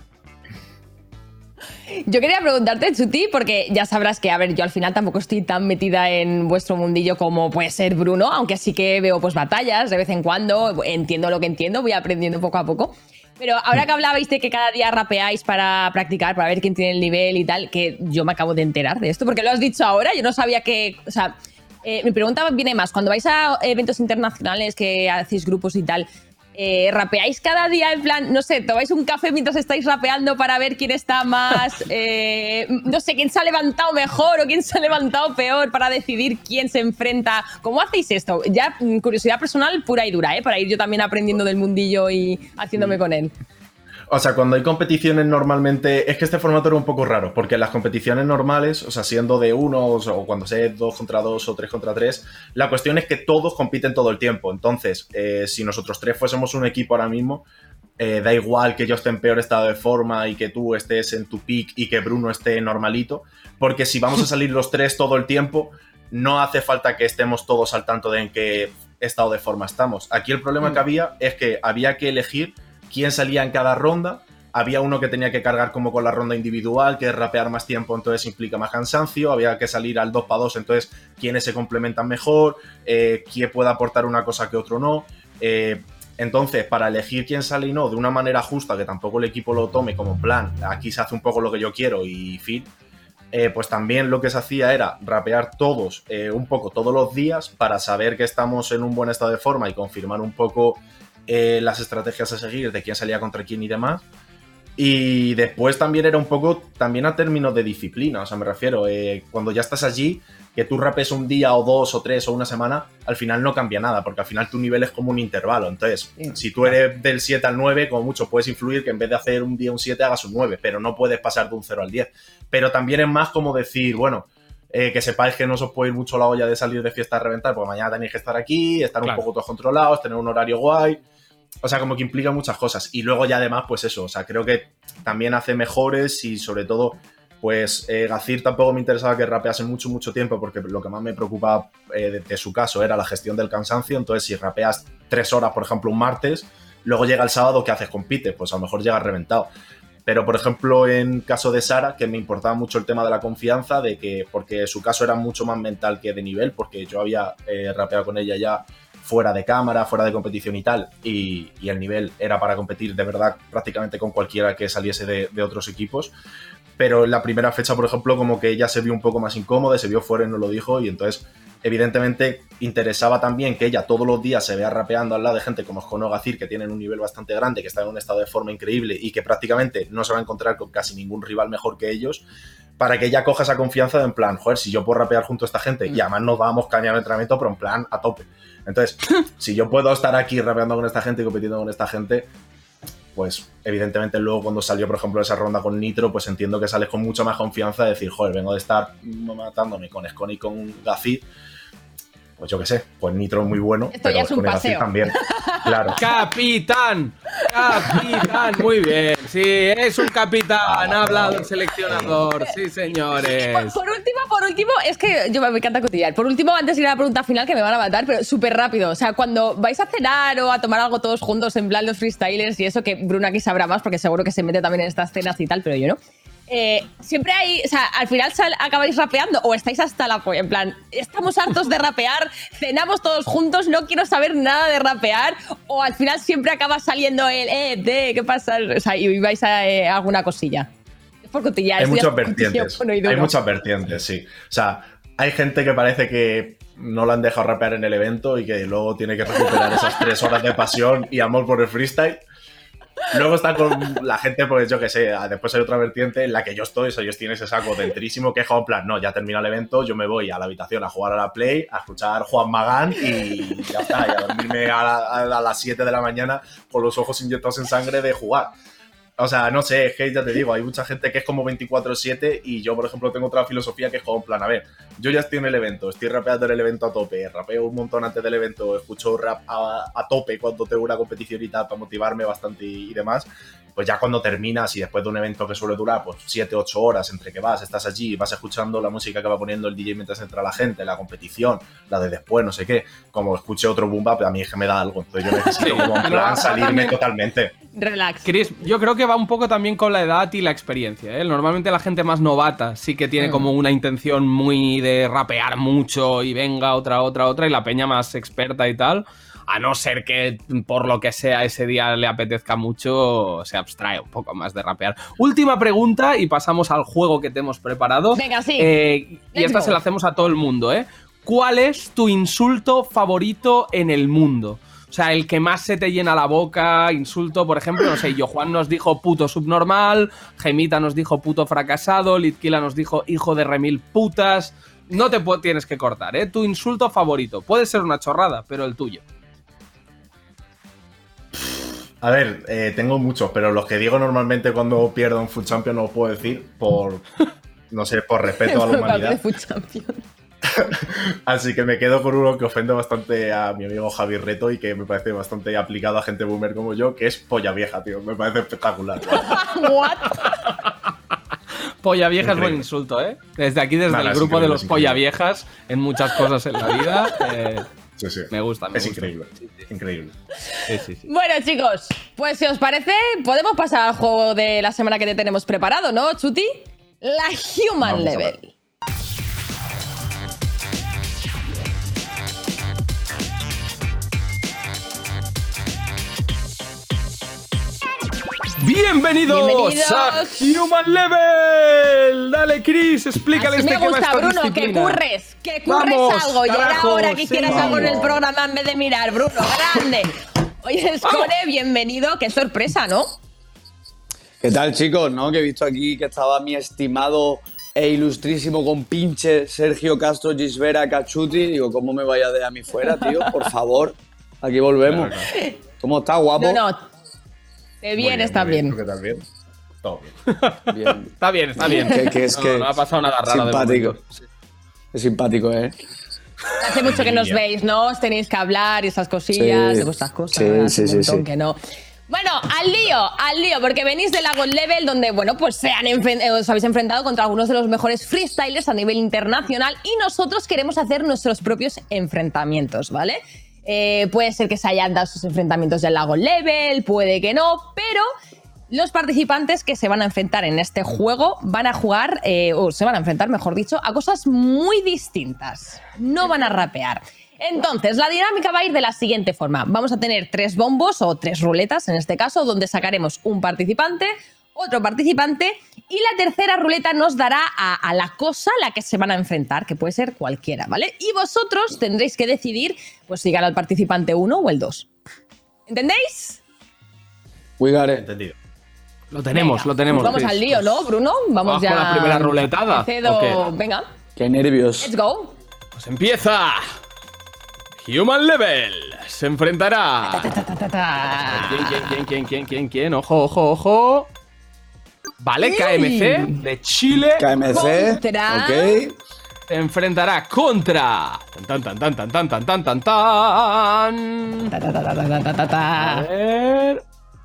Yo quería preguntarte, Chuti, porque ya sabrás que, a ver, yo al final tampoco estoy tan metida en vuestro mundillo como puede ser Bruno, aunque sí que veo pues batallas de vez en cuando, entiendo lo que entiendo, voy aprendiendo poco a poco. Pero ahora que hablabais de que cada día rapeáis para practicar, para ver quién tiene el nivel y tal, que yo me acabo de enterar de esto, porque lo has dicho ahora, yo no sabía que... O sea, eh, mi pregunta viene más, cuando vais a eventos internacionales que hacéis grupos y tal... Eh, ¿Rapeáis cada día en plan, no sé, tomáis un café mientras estáis rapeando para ver quién está más, eh, no sé, quién se ha levantado mejor o quién se ha levantado peor para decidir quién se enfrenta? ¿Cómo hacéis esto? Ya, curiosidad personal pura y dura, ¿eh? Para ir yo también aprendiendo del mundillo y haciéndome con él. O sea, cuando hay competiciones normalmente... Es que este formato era un poco raro, porque en las competiciones normales, o sea, siendo de uno o cuando sea dos contra dos o tres contra tres, la cuestión es que todos compiten todo el tiempo. Entonces, eh, si nosotros tres fuésemos un equipo ahora mismo, eh, da igual que yo esté en peor estado de forma y que tú estés en tu peak y que Bruno esté normalito, porque si vamos a salir los tres todo el tiempo, no hace falta que estemos todos al tanto de en qué estado de forma estamos. Aquí el problema que había es que había que elegir quién salía en cada ronda. Había uno que tenía que cargar como con la ronda individual, que es rapear más tiempo, entonces implica más cansancio. Había que salir al dos para dos, entonces quiénes se complementan mejor, eh, quién puede aportar una cosa que otro no. Eh, entonces, para elegir quién sale y no de una manera justa, que tampoco el equipo lo tome como en plan, aquí se hace un poco lo que yo quiero y fin, eh, pues también lo que se hacía era rapear todos, eh, un poco todos los días, para saber que estamos en un buen estado de forma y confirmar un poco Eh, las estrategias a seguir de quién salía contra quién y demás. Y después también era un poco también a términos de disciplina, o sea, me refiero, eh, cuando ya estás allí, que tú rapes un día o dos o tres o una semana, al final no cambia nada, porque al final tu nivel es como un intervalo. Entonces, sí, si tú eres del siete al nueve, como mucho puedes influir que en vez de hacer un día un siete hagas un nueve, pero no puedes pasar de un cero al diez. Pero también es más como decir, bueno, eh, que sepáis que no os puede ir mucho la olla de salir de fiesta a reventar, porque mañana tenéis que estar aquí, estar claro. un poco todos controlados, tener un horario guay. O sea, como que implica muchas cosas. Y luego ya además, pues eso, o sea, creo que también hace mejores y sobre todo, pues eh, Gazir tampoco me interesaba que rapease mucho, mucho tiempo, porque lo que más me preocupaba eh, de, de su caso era la gestión del cansancio. Entonces, si rapeas tres horas, por ejemplo, un martes, luego llega el sábado, ¿qué haces? Compites, pues a lo mejor llegas reventado. Pero, por ejemplo, en caso de Sara, que me importaba mucho el tema de la confianza, de que porque su caso era mucho más mental que de nivel, porque yo había eh, rapeado con ella ya fuera de cámara, fuera de competición y tal, y, y el nivel era para competir de verdad prácticamente con cualquiera que saliese de, de otros equipos. Pero en la primera fecha, por ejemplo, como que ella se vio un poco más incómoda, se vio fuera y no lo dijo, y entonces evidentemente interesaba también que ella todos los días se vea rapeando al lado de gente como Escono Gazir, que tienen un nivel bastante grande, que está en un estado de forma increíble y que prácticamente no se va a encontrar con casi ningún rival mejor que ellos, para que ella coja esa confianza de en plan, joder, si yo puedo rapear junto a esta gente, y además nos dábamos caña al entrenamiento, pero en plan a tope. Entonces, si yo puedo estar aquí rapeando con esta gente y compitiendo con esta gente, pues evidentemente luego cuando salió, por ejemplo, esa ronda con Nitro, pues entiendo que sales con mucha más confianza de decir, joder, vengo de estar matándome con Escon y con Gazir, pues yo qué sé, pues Nitro es muy bueno, esto pero ya es un con paseo. Gazir también, claro. ¡Capitán! ¡Capitán! Muy bien, sí, es un capitán, ha hablado el seleccionador, sí señores. Por, por último, por último, es que yo me encanta cotillar. Por último, antes de ir a la pregunta final, que me van a matar, pero súper rápido. O sea, cuando vais a cenar o a tomar algo todos juntos, en plan los freestylers y eso, que Bruno aquí sabrá más, porque seguro que se mete también en estas cenas y tal, pero yo no. Eh, siempre hay, o sea, al final sal, acabáis rapeando o estáis hasta la polla, en plan, estamos hartos de rapear, cenamos todos juntos, no quiero saber nada de rapear, o al final siempre acaba saliendo el, eh, de, ¿qué pasa? O sea, y vais a eh, alguna cosilla. Es por cotillar. Hay muchas vertientes, hay muchas vertientes, sí. O sea, hay gente que parece que no la han dejado rapear en el evento y que luego tiene que recuperar esas tres horas de pasión y amor por el freestyle. Luego está con la gente, pues yo que sé, después hay otra vertiente en la que yo estoy, o sea, ellos tienen ese saco dentrísimo que es como en plan, no, ya termina el evento, yo me voy a la habitación a jugar a la Play, a escuchar Juan Magán y ya está, y a dormirme a, la, a las siete de la mañana con los ojos inyectados en sangre de jugar. O sea, no sé, es que ya te digo, hay mucha gente que es como veinticuatro siete y yo, por ejemplo, tengo otra filosofía que es como en plan, a ver, yo ya estoy en el evento, estoy rapeando en el evento a tope, rapeo un montón antes del evento, escucho rap a, a tope cuando tengo una competición y tal para motivarme bastante y, y demás, pues ya cuando terminas y después de un evento que suele durar pues siete, ocho horas entre que vas, estás allí, vas escuchando la música que va poniendo el D J mientras entra la gente, la competición, la de después, no sé qué, como escuché otro boom bap, a mí es que me da algo, entonces yo necesito como en plan salirme totalmente. Relax. Chris, yo creo que va un poco también con la edad y la experiencia, ¿eh? Normalmente la gente más novata sí que tiene mm. como una intención muy de rapear mucho y venga otra, otra, otra, y la peña más experta y tal, a no ser que por lo que sea ese día le apetezca mucho, se abstrae un poco más de rapear. Última pregunta y pasamos al juego que te hemos preparado. Venga, sí. Eh, y esta se la hacemos a todo el mundo, ¿eh? ¿Cuál es tu insulto favorito en el mundo? O sea, el que más se te llena la boca, insulto, por ejemplo, no sé, Yojuan nos dijo puto subnormal, Gemita nos dijo puto fracasado, Litquila nos dijo hijo de remil putas. No te tienes que cortar, ¿eh? Tu insulto favorito. Puede ser una chorrada, pero el tuyo. A ver, eh, tengo muchos, pero los que digo normalmente cuando pierdo en Food Champion no los puedo decir por, no sé, por respeto a la humanidad. Así que me quedo con uno que ofende bastante a mi amigo Javi Reto y que me parece bastante aplicado a gente boomer como yo, que es polla vieja, tío. Me parece espectacular. ¿What? Polla vieja es buen insulto, ¿eh? Desde aquí, desde Nada, el grupo de los polla viejas, en muchas cosas en la vida. Eh, sí, sí. Me gusta, me es gusta. increíble. Sí, sí. Increíble. Sí, sí, sí. Bueno, chicos, pues si os parece, podemos pasar al juego de la semana que te tenemos preparado, ¿no, Chuti? La Human Vamos Level. ¡Bienvenidos, Bienvenidos a Human Level! Dale, Chris, explícales Así de me qué va esta Bruno, disciplina. que curres, que curres Vamos, algo. carajo, y era hora que sí, hicieras vamos. algo en el programa en vez de mirar, Bruno, grande. Oye, Score, bienvenido, qué sorpresa, ¿no? ¿Qué tal, chicos? ¿No? Que he visto aquí que estaba mi estimado e ilustrísimo compinche Sergio Castro Gisbera Cachuti. Digo, ¿cómo me vaya de a mí fuera, tío? Por favor, aquí volvemos. ¿Cómo está, guapo? No, no. Te vienes también. ¿Qué tal? Bien. Todo bien. bien. Está bien, está bien. Que, que es no, que no ha pasado nada raro. Simpático. Es simpático, ¿eh? Hace mucho que nos veis, ¿no? Os tenéis que hablar y esas cosillas, sí, de vuestras cosas. Sí, sí, sí, sí. Que no. Bueno, al lío, al lío, porque venís de la God Level, donde, bueno, pues se han os habéis enfrentado contra algunos de los mejores freestylers a nivel internacional y nosotros queremos hacer nuestros propios enfrentamientos, ¿vale? Eh, puede ser que se hayan dado sus enfrentamientos del God Level, puede que no, pero los participantes que se van a enfrentar en este juego van a jugar, eh, o se van a enfrentar, mejor dicho, a cosas muy distintas. No van a rapear. Entonces, la dinámica va a ir de la siguiente forma. Vamos a tener tres bombos, o tres ruletas en este caso, donde sacaremos un participante, otro participante, y la tercera ruleta nos dará a, a la cosa a la que se van a enfrentar, que puede ser cualquiera, ¿vale? Y vosotros tendréis que decidir pues, si gana el participante uno o el dos. ¿Entendéis? We got it. Entendido. Lo tenemos, Venga, lo tenemos. Pues vamos Chris. al lío, ¿no, Bruno? Vamos, vamos ya. con la primera ruletada. Cedo... Okay. Venga. Qué nervios. Let's go. Pues empieza. Human Level se enfrentará. Ta, ta, ta, ta, ta. ¿Quién, quién, quién, quién, quién, quién, quién? Ojo, ojo, ojo. Vale, K M C de Chile. K M C. Contra... Ok. Se enfrentará contra. Tan, tan, tan, tan, tan, tan, tan, tan, tan. Ta, ta, ta, ta, ta, ta, ta, ta. A ver.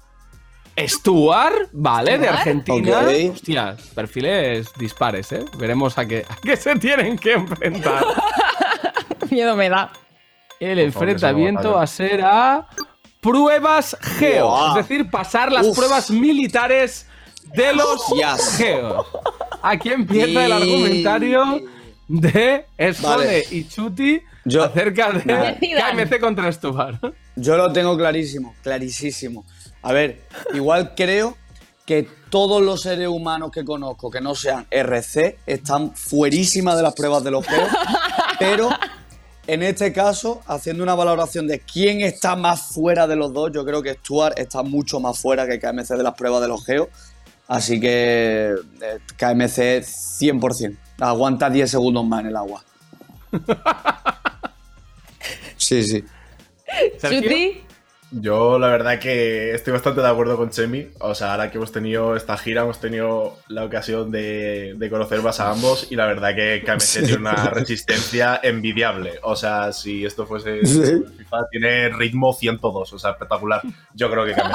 Stuart, vale, de Argentina. Okay. Hostia, perfiles dispares, ¿eh? Veremos a qué, a qué se tienen que enfrentar. Miedo me da. El enfrentamiento va a ser a pruebas geo, wow. Es decir, pasar las Uf. pruebas militares de los yes. geo. Aquí empieza y... el argumentario de Sone vale. y Chuti Yo... acerca de K M C contra Stuart. Yo lo tengo clarísimo, clarísimo. A ver, igual creo que todos los seres humanos que conozco que no sean R C están fuerísimas de las pruebas de los geos, pero en este caso, haciendo una valoración de quién está más fuera de los dos, yo creo que Stuart está mucho más fuera que K M C de las pruebas de los geos. Así que eh, K M C cien por ciento. Aguanta diez segundos más en el agua. Sí, sí. ¿Chuti? Yo la verdad que estoy bastante de acuerdo con Chemi. O sea, ahora que hemos tenido esta gira, hemos tenido la ocasión de, de conocer más a ambos y la verdad que K M C tiene una resistencia envidiable. O sea, si esto fuese Sí. FIFA, tiene ritmo ciento dos, o sea, espectacular. Yo creo que K M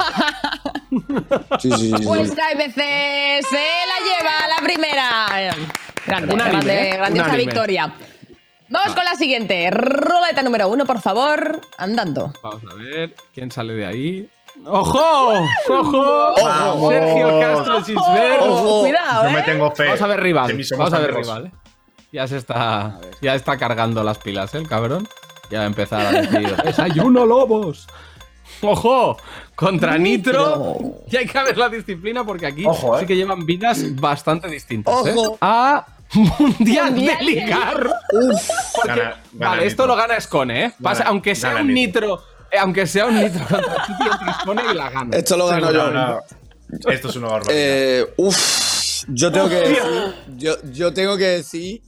C. Sí, sí, sí, Pues sí. K M C se la lleva la primera. Grande, Unánime, grande, ¿eh? grandiosa Unánime. victoria. Vamos con la siguiente. Ruleta número uno, por favor. Andando. Vamos a ver quién sale de ahí. ¡Ojo! ¡Ojo! ¡Ojo! Sergio Castro Gisbert. ¡Ojo! Cuidado, Yo ¿eh? me tengo fe. Vamos a ver rival. Chemi, somos Vamos a ver amigos. rival. ¿eh? Ya se está. Ya está cargando las pilas, ¿eh? El cabrón. Ya va a empezar a decir: ¡Desayuno lobos! ¡Ojo! Contra Nitro. Y hay que ver la disciplina porque aquí Ojo, ¿eh? sí que llevan vidas bastante distintas. ¿eh? Ojo. A Mundial de Mundial. Ligar. Uf. Porque- Gana- gana vale, esto Nitro. lo gana Scone, ¿eh? Pasa- Gana- aunque sea gana un Nitro. Nitro. eh, aunque sea un Nitro contra Chuti, entra Scone y la gana. Esto lo gano No, yo. no, esto es una barbaridad. Eh, uf. Yo tengo que decir. Yo, yo tengo que decir.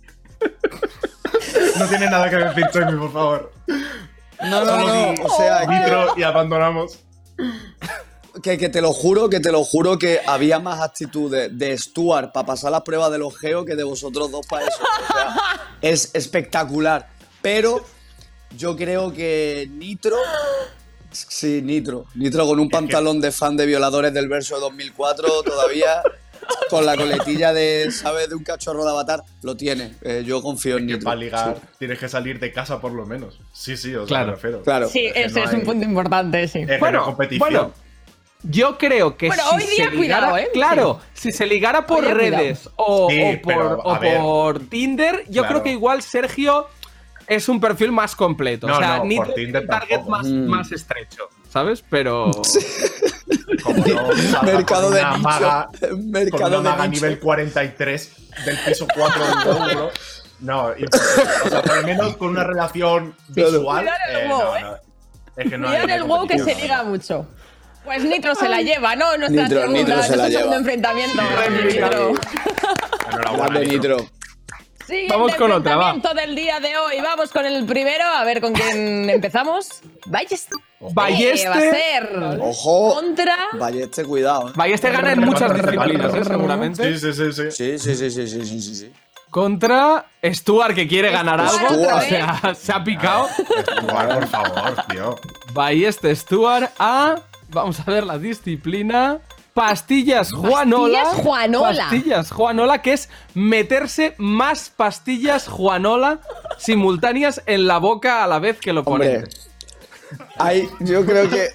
No tiene nada que decir, Chemi, por favor. No, no, no. O sea, que- Nitro y abandonamos. Que, que te lo juro, que te lo juro que había más actitud de, de Stuart para pasar las pruebas de los geos que de vosotros dos para eso. O sea, es espectacular. Pero yo creo que Nitro. Sí, Nitro. Nitro con un pantalón de fan de violadores del verso de dos mil cuatro todavía. Con la coletilla de, ¿sabes? De un cachorro de Avatar. Lo tiene. Eh, yo confío en Que Nitro. para ligar Sí. tires que salir de casa por lo menos. Sí, sí, o sea, Claro, me refiero. Claro. Sí, Es que ese no es un hay- punto importante, sí. Es que no Bueno, hay competición. bueno, yo creo que Bueno, si hoy día se cuidado, ligara, ¿eh? claro, si se ligara por Hoy día redes o, Sí, o por, pero, o a ver. por Tinder, yo Claro. creo que igual Sergio es un perfil más completo. No, o sea, no, Nitro por es Tinder un target tampoco. más, Mm. más estrecho, ¿sabes? Pero Como no salga Mercado con de una nicho. maga, Mercado con una de maga nicho. nivel cuarenta y tres del piso cuatro del WoW, bro. No, imposible. O sea, por lo menos con una relación visual. Cuidado en el eh, WoW, no, ¿eh? no. Es que no Cuidado hay en el WoW que se competición, liga no. mucho. Pues Nitro se la lleva, ¿no? Nuestra Nitro, segunda, Nitro se nuestro la segundo lleva. enfrentamiento. Sí, Grande, sí, sí. Nitro. Enhorabuena, Grande Nitro. Nitro. Siguiente Vamos con otra, va. enfrentamiento del día de hoy. Vamos con el primero, a ver con quién empezamos. Balleste. Balleste. Va a ser Ojo. contra. Balleste, cuidado. ¿eh? Balleste gana en muchas disciplinas, ¿eh? Seguramente. Sí, sí, sí, sí. Sí, sí, sí, sí, sí, sí, sí, sí. Contra Stuart, que quiere ganar Stuart algo. otra O vez. sea, se ha picado. Jugar, por favor, tío. Balleste Stuart a. Vamos a ver la disciplina. Pastillas Juanola. Pastillas Juanola. Pastillas Juanola, que es meterse más pastillas Juanola simultáneas en la boca a la vez que lo Hombre, ponen. hay, yo creo que.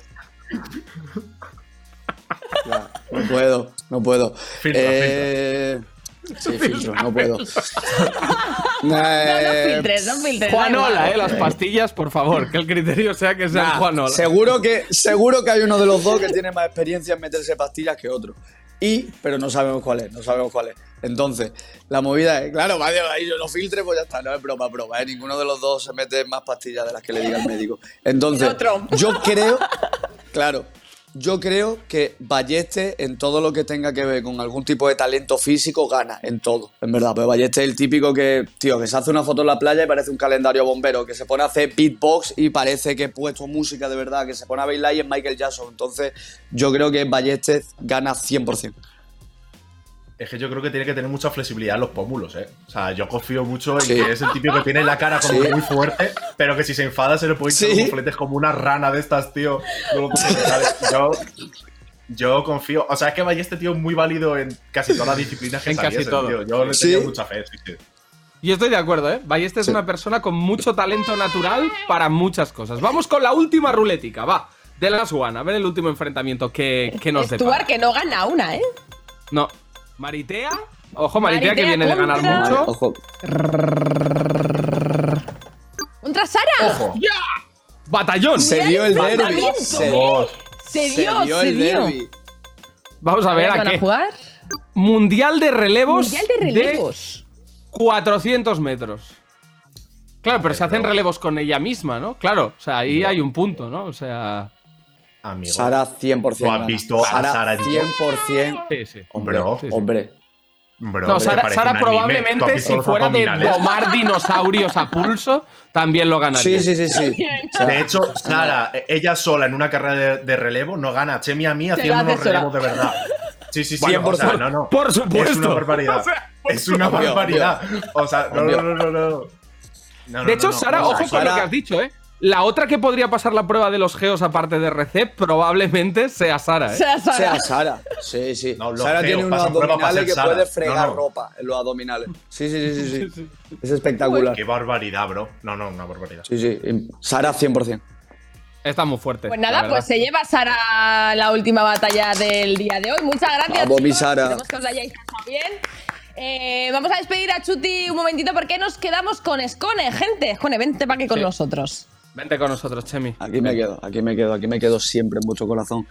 Ya, no puedo, no puedo. Filtra, eh... Sí, filtro, no puedo. No, no Eh, filtres, no filtres. Juanola, da eh, igual. las pastillas, por favor, que el criterio sea que sean nah, Juanola. seguro que, seguro que hay uno de los dos que tiene más experiencia en meterse pastillas que otro. Y, pero no sabemos cuál es, no sabemos cuál es. Entonces, la movida es, claro, vaya, ahí yo lo filtre, pues ya está, no es broma, broma, ¿eh? Ninguno de los dos se mete más pastillas de las que le diga el médico. Entonces, El otro. yo creo, claro, yo creo que Balleste en todo lo que tenga que ver con algún tipo de talento físico gana, en todo, en verdad. Pues Balleste es el típico que, tío, que se hace una foto en la playa y parece un calendario bombero, que se pone a hacer beatbox y parece que he puesto música de verdad, que se pone a bailar y es Michael Jackson. Entonces, yo creo que Balleste gana cien por ciento. Es que yo creo que tiene que tener mucha flexibilidad en los pómulos, ¿eh? O sea, yo confío mucho en Sí. que es el típico que tiene la cara como Sí. muy fuerte, pero que si se enfada se le puede echar Sí. un mofletes como una rana de estas, tío. No lo puedo pensar. yo, yo confío. O sea, es que Balleste, tío, es muy válido en casi todas las disciplinas que En casi saliesen, todo. tío. Yo le Sí. tenía mucha fe, sí, sí. Yo estoy de acuerdo, ¿eh? Balleste es Sí. una persona con mucho talento natural para muchas cosas. Vamos con la última rulética, va. De las One, a ver el último enfrentamiento que, que nos depara. Stuart que no gana una, ¿eh? No. Maritea. Ojo, Maritea, Maritea que viene de ganar contra- mucho. Ojo. Contra Sara. Ojo. Batallón. Se dio el derbi. enfrentamiento. Se, Vamos. Se se dio, dio se el dio. derbi. Vamos a ver ¿Van a a qué. jugar? Mundial de relevos. Mundial de relevos. cuatrocientos metros. Claro, pero se hacen relevos con ella misma, ¿no? Claro, o sea, ahí no. hay un punto, ¿no? O sea... Amigo. Sara cien por cien. ¿Tú has visto Sara, a Sara cien por cien? Sí, sí. Hombre, Bro, sí, sí. hombre. Bro, no, Sara, Sara probablemente, si fuera de domar dinosaurios a pulso, también lo ganaría. Sí, sí, sí, sí. De hecho, Sara, ella sola en una carrera de, de relevo no gana a Chemi y a mí haciendo unos relevos de verdad. Sí, sí, sí. Bueno, o sea, por, no, no. Por supuesto. Es una barbaridad. O sea, es una barbaridad. O sea, no, no, no, no, no. no, no de hecho, no, no, Sara, no, ojo Sara, con lo que has dicho, ¿eh? La otra que podría pasar la prueba de los geos aparte de R C probablemente sea Sara, ¿eh? Sea Sara. Sea Sara. Sí, sí. No, Sara geos, tiene unos abdominales que Sara. puede fregar no, no. ropa en los abdominales. Sí, sí, sí, sí, sí. Es espectacular. Qué barbaridad, bro. No, no, una barbaridad. Sí, sí. Sara cien por cien. Está muy fuerte. Pues nada, pues se lleva Sara la última batalla del día de hoy. Muchas gracias. Vamos, mi chicos. Sara. Esperemos que os la hayáis pasado bien. Eh, vamos a despedir a Chuti un momentito porque nos quedamos con Skone, gente. Skone, vente para aquí con sí. nosotros. Vente con nosotros, Chemi. Aquí me quedo, aquí me quedo, aquí me quedo siempre en vuestro corazón.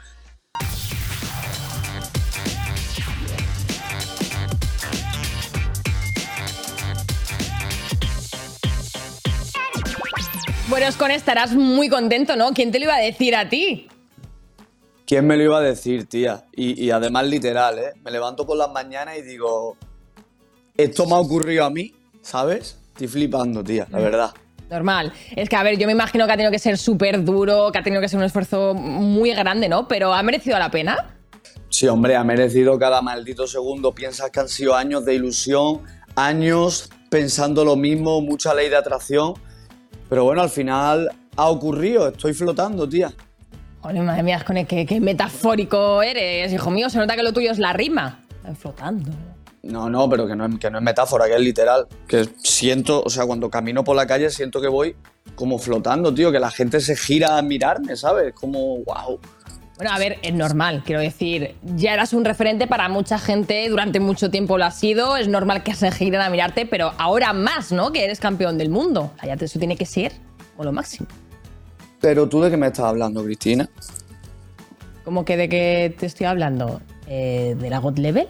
Bueno, Skone, estarás muy contento, ¿no? ¿Quién te lo iba a decir a ti? ¿Quién me lo iba a decir, tía? Y, y además literal, ¿eh? Me levanto por las mañanas y digo, esto me ha ocurrido a mí, ¿sabes? Estoy flipando, tía, la verdad. Normal. Es que, a ver, yo me imagino que ha tenido que ser súper duro, que ha tenido que ser un esfuerzo muy grande, ¿no? Pero ¿ha merecido la pena? Sí, hombre, ha merecido cada maldito segundo. Piensas que han sido años de ilusión, años pensando lo mismo, mucha ley de atracción. Pero bueno, al final ha ocurrido. Estoy flotando, tía. Joder, madre mía, Skone, qué, qué metafórico eres, hijo mío. Se nota que lo tuyo es la rima. Estás flotando. No, no, pero que no, es, que no es metáfora, que es literal. Que siento, o sea, cuando camino por la calle siento que voy como flotando, tío. Que la gente se gira a mirarme, ¿sabes? Como, wow. Bueno, a ver, es normal, quiero decir. Ya eras un referente para mucha gente, durante mucho tiempo lo has sido. Es normal que se giren a mirarte, pero ahora más, ¿no? Que eres campeón del mundo. O sea, ya eso tiene que ser o lo máximo. Pero tú, ¿de qué me estás hablando, Cristina? ¿Cómo que de qué te estoy hablando? Eh, ¿De la God Level?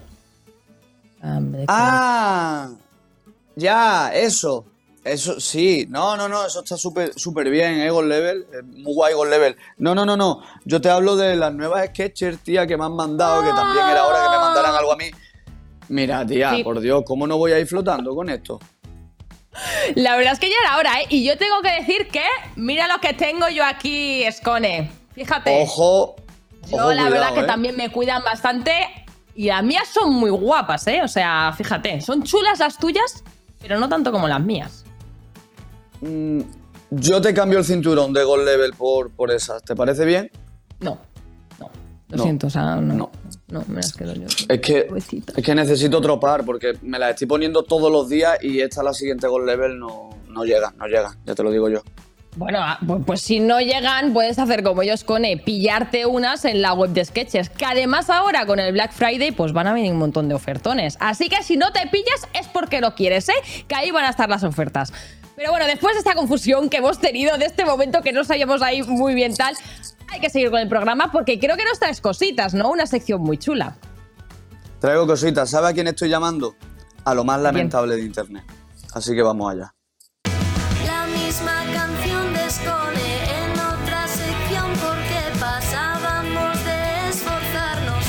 Ah, ya, eso. Eso, sí. No, no, no, eso está súper súper bien, ¿eh? God Level. Eh, muy guay, God Level. No, no, no, no. Yo te hablo de las nuevas Skechers, tía, que me han mandado, que también era hora que me mandaran algo a mí. Mira, tía, sí. Por Dios, ¿cómo no voy a ir flotando con esto? La verdad es que ya era hora, ¿eh? Y yo tengo que decir que mira lo que tengo yo aquí, Skone. Fíjate. Ojo. Yo ojo, la cuidado, verdad que ¿eh? También me cuidan bastante. Y las mías son muy guapas, ¿eh? O sea, fíjate, son chulas las tuyas, pero no tanto como las mías. Mm, yo te cambio el cinturón de God Level por, por esas. ¿Te parece bien? No, no. Lo no, siento, o sea, no. No, no me las quedo yo. Es que, es que necesito otro par porque me las estoy poniendo todos los días y esta, la siguiente God Level, no, no llega, no llega, ya te lo digo yo. Bueno, pues, pues si no llegan, puedes hacer como yo, Skone, pillarte unas en la web de Skechers, que además ahora con el Black Friday pues van a venir un montón de ofertones. Así que si no te pillas es porque lo quieres, ¿eh? Que ahí van a estar las ofertas. Pero bueno, después de esta confusión que hemos tenido, de este momento que no sabíamos ahí muy bien tal, hay que seguir con el programa porque creo que nos traes cositas, ¿no? Una sección muy chula. Traigo cositas. ¿Sabe a quién estoy llamando? A lo más lamentable de internet. Así que vamos allá. La misma canción de Skone en otra sección porque pasábamos de esforzarnos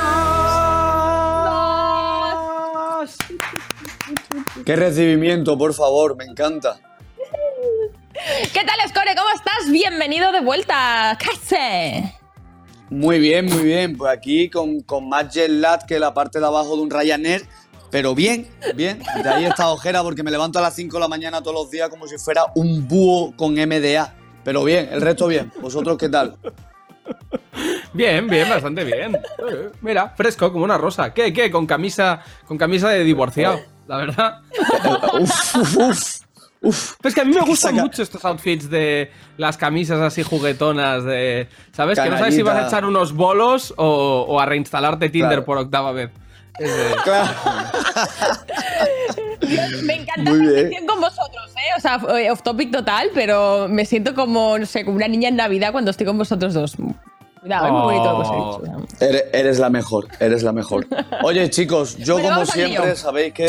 más. ¡Qué recibimiento, por favor! Me encanta. ¿Qué tal, Skone? ¿Cómo estás? Bienvenido de vuelta a casa. Muy bien, muy bien. Pues aquí con, con más jet lag que la parte de abajo de un Ryanair. Pero bien, bien. De ahí esta ojera porque me levanto a las cinco de la mañana todos los días como si fuera un búho con M D A. Pero bien, el resto bien. ¿Vosotros qué tal? Bien, bien, bastante bien. Mira, fresco como una rosa. ¿Qué, qué? Con camisa, con camisa de divorciado, la verdad. Uf, uf, uf. Uf, es que a mí me gustan mucho estos outfits de las camisas así juguetonas de, ¿sabes? Canallita. Que no sabes si vas a echar unos bolos o, o a reinstalarte Tinder claro. por octava vez. Es de... Claro. Me encanta la sección con vosotros, ¿eh? O sea, off topic total, pero me siento como, no sé, como una niña en Navidad cuando estoy con vosotros dos. Cuidado, es muy bonito lo que os he dicho. Eres, eres la mejor, eres la mejor. Oye, chicos, yo bueno, como siempre, sabéis que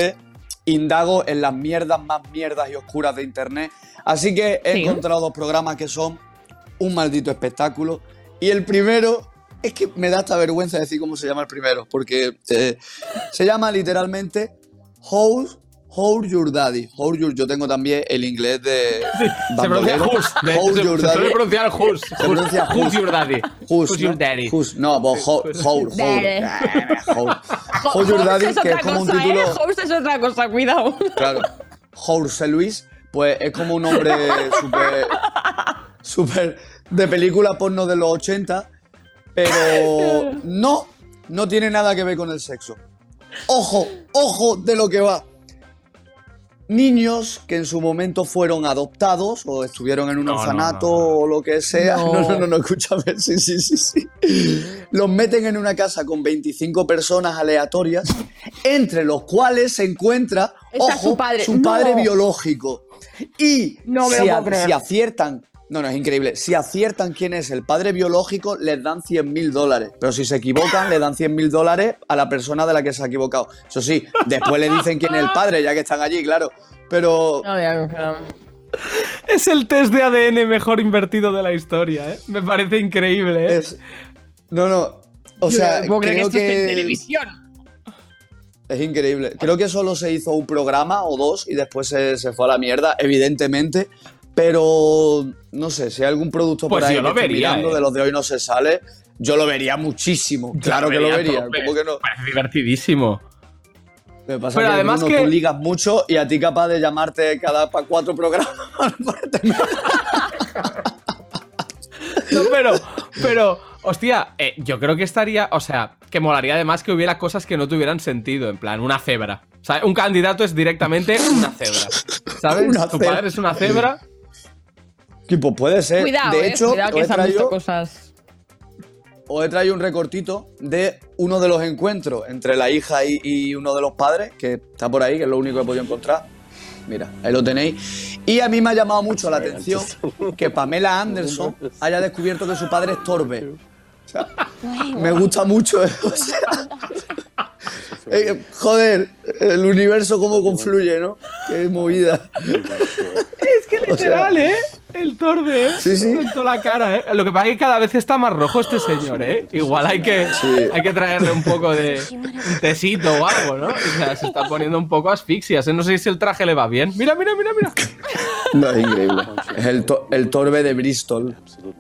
indago en las mierdas más mierdas y oscuras de internet. Así que he Sí. encontrado dos programas que son un maldito espectáculo. Y el primero, es que me da hasta vergüenza decir cómo se llama el primero, porque eh, se llama literalmente How, How Your Daddy. How Your, yo tengo también el inglés de Se pronuncia bandolero. Who's. De How hecho, se, Your se Daddy. suele pronunciar Who's. Se pronuncia Who's Who's. your daddy. Who's, Who's your ¿no? daddy. Who's, no, pues How, How, How, Daddy. How, How Your Daddy, es que otra es como un cosa, título... ¿eh? Host es otra cosa, cuidado. Claro. Jorge Luis, pues es como un hombre súper. súper. de película porno de los ochenta, pero no, no tiene nada que ver con el sexo. Ojo, ojo de lo que va. Niños que en su momento fueron adoptados o estuvieron en un No, no, orfanato no, no. o lo que sea. No. No, no, no, no, escúchame. Sí, sí, sí, sí. Los meten en una casa con veinticinco personas aleatorias, entre los cuales se encuentra, Está ojo, su padre. su padre No. biológico. Y No me si, lo a- puedo creer. si aciertan, no, no, es increíble. Si aciertan quién es el padre biológico, les dan cien mil dólares. Pero si se equivocan, le dan cien mil dólares a la persona de la que se ha equivocado. Eso sí, después le dicen quién es el padre, ya que están allí, claro. Pero No, ya, ya. Es el test de A D N mejor invertido de la historia, ¿eh? Me parece increíble, ¿eh? es. No, no. O Yo sea, no puedo creer que creo esto esté en que. televisión. Es increíble. Creo que solo se hizo un programa o dos y después se, se fue a la mierda, evidentemente. Pero no sé, si hay algún producto Pues por ahí yo lo que esté vería, mirando eh. de los de hoy no se sale, yo lo vería muchísimo. Claro que lo vería. tope. ¿Cómo que no? Parece divertidísimo. Lo que pasa Pero es que, además Bruno, que- tú ligas mucho y a ti capaz de llamarte cada pa- cuatro programas. No, pero, pero, hostia, eh, yo creo que estaría, o sea, que molaría además que hubiera cosas que no tuvieran sentido, en plan, una cebra. O sea, un candidato es directamente una cebra. ¿Sabes? Una Tu cebra. padre es una cebra. Y pues puede ser. Cuidado, de eh, hecho, cuidado que os, he se han visto traído, cosas. os he traído un recortito de uno de los encuentros entre la hija y, y uno de los padres, que está por ahí, que es lo único que he podido encontrar. Mira, ahí lo tenéis. Y a mí me ha llamado mucho la atención que Pamela Anderson haya descubierto que su padre es torbe. O sea, me gusta mucho. ¿eh? O sea, eh, joder, el universo cómo confluye, ¿no? Qué movida. Es que literal, ¿eh? El torbe, ¿eh? Sí, sí. Con toda la cara, ¿eh? Lo que pasa es que cada vez está más rojo este señor, ¿eh? Igual hay que, hay que traerle un poco de un tecito o algo, ¿no? O sea, se está poniendo un poco asfixias, ¿eh? No sé si el traje le va bien. Mira, mira, mira, mira. No, es increíble. Es el, to- el torbe de Bristol.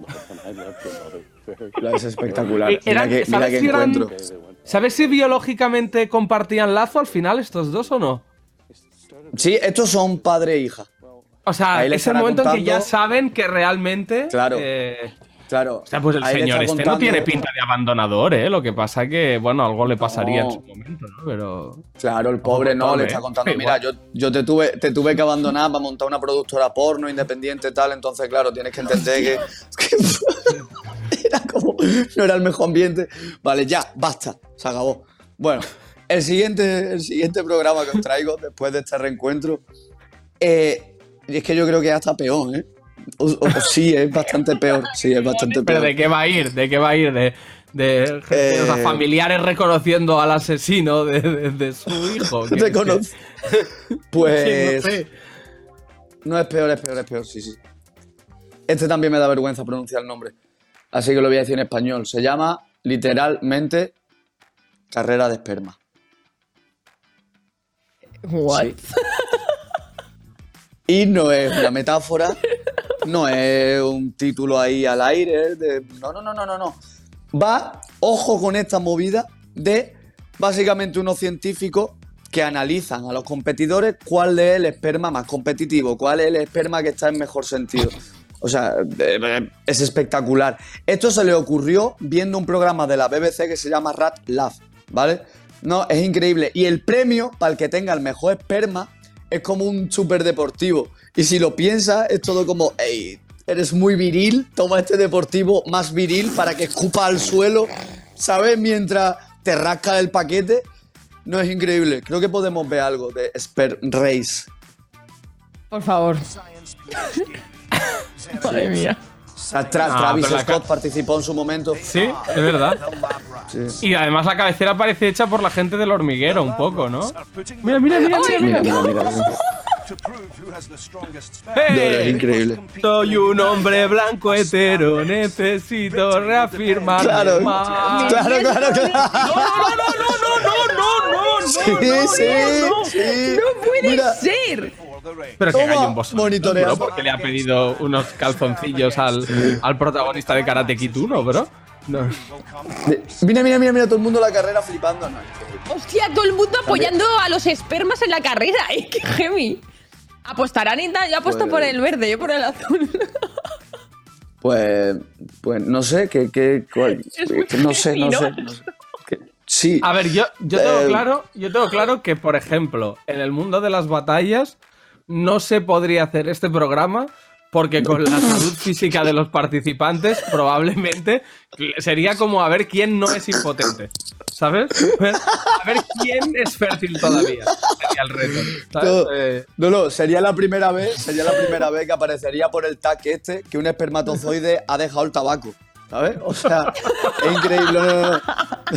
Es espectacular. Eh, Mira eran- que, mira ¿sabes que si eran- encuentro. ¿Sabes si biológicamente compartían lazo al final estos dos o no? Sí, estos son padre e hija. O sea, Ahí le es el estará momento en que ya contando- saben que realmente. Claro. eh, Claro. o sea, pues el Ahí le señor está este no contando- tiene pinta de abandonador, ¿eh? Lo que pasa que, bueno, algo le pasaría en No. su momento, ¿no? Pero. Claro, el pobre no, Torbe, le está ¿eh? contando, Igual. mira, yo, yo te, tuve, te tuve que abandonar para montar una productora porno independiente y tal, entonces claro, tienes que entender que, que era como, no era el mejor ambiente. Vale, ya, basta, se acabó. Bueno, el siguiente, el siguiente programa que os traigo después de este reencuentro, eh, y es que yo creo que es hasta peor, ¿eh? O, o sí, es bastante peor, sí, es bastante ¿Pero peor. de qué va a ir? ¿De qué va a ir? De, de, gente, o sea, Eh, familiares reconociendo al asesino de, de- de su hijo. ¿Qué- Reconoce- qué- Pues qué- no sé. no es peor, es peor, es peor, sí, sí. Este también me da vergüenza pronunciar el nombre, así que lo voy a decir en español. Se llama literalmente carrera de esperma. What? Sí. Y no es una metáfora, no es un título ahí al aire. De... No, no, no, no, no, no. Va, ojo con esta movida de básicamente unos científicos que analizan a los competidores cuál es el esperma más competitivo, cuál es el esperma que está en mejor sentido. O sea, eh, es espectacular. Esto se le ocurrió viendo un programa de la B B C que se llama Rat Lab, ¿vale? No, es increíble. Y el premio para el que tenga el mejor esperma es como un superdeportivo. Y si lo piensas, es todo como, hey, eres muy viril, toma este deportivo más viril para que escupa al suelo, ¿sabes? Mientras te rasca el paquete. No, es increíble. Creo que podemos ver algo de Sperm Race. Por favor. Madre mía. sea, Tra Ah, Travis pero la Scott ca- participó en su momento. Sí, es verdad. Sí. Y además la cabecera parece hecha por la gente del hormiguero un poco, ¿no? Mira, mira, mira, mira, Mira, mira. mira, mira. ¡Hey! De verdad, es increíble. Soy un hombre blanco hetero, necesito reafirmar Claro, más. claro, claro, claro. No, no, no, no, no, no, no, no, no, Sí, no, sí, no, no. sí. ¡No puede Mira, ser! Pero que Toma, hay un boss monitoreando. bro, porque le ha pedido unos calzoncillos al, al protagonista de Karate Kid uno, bro. No. de- mira, mira, mira, mira, todo el mundo en la carrera flipando. No, increíble. Hostia, todo el mundo apoyando a los espermas en la carrera. ¡Eh, qué heavy! Apostarán y tal. Yo apuesto Pues- por el verde, yo por el azul. Pues, pues no sé, que, que, cuál- Es muy que no sé, no heavy, sé. ¿no? no sé. Que- sí. A ver, yo, yo tengo Eh, claro, yo tengo claro que, por ejemplo, en el mundo de las batallas no se podría hacer este programa porque con la salud física de los participantes probablemente sería como a ver quién no es impotente, ¿sabes? A ver quién es fértil todavía. Sería el reto, ¿sabes? No, Eh, no, no, sería la primera vez, sería la primera vez que aparecería por el tag este que un espermatozoide ha dejado el tabaco, ¿sabes? O sea, es increíble. No, no, no.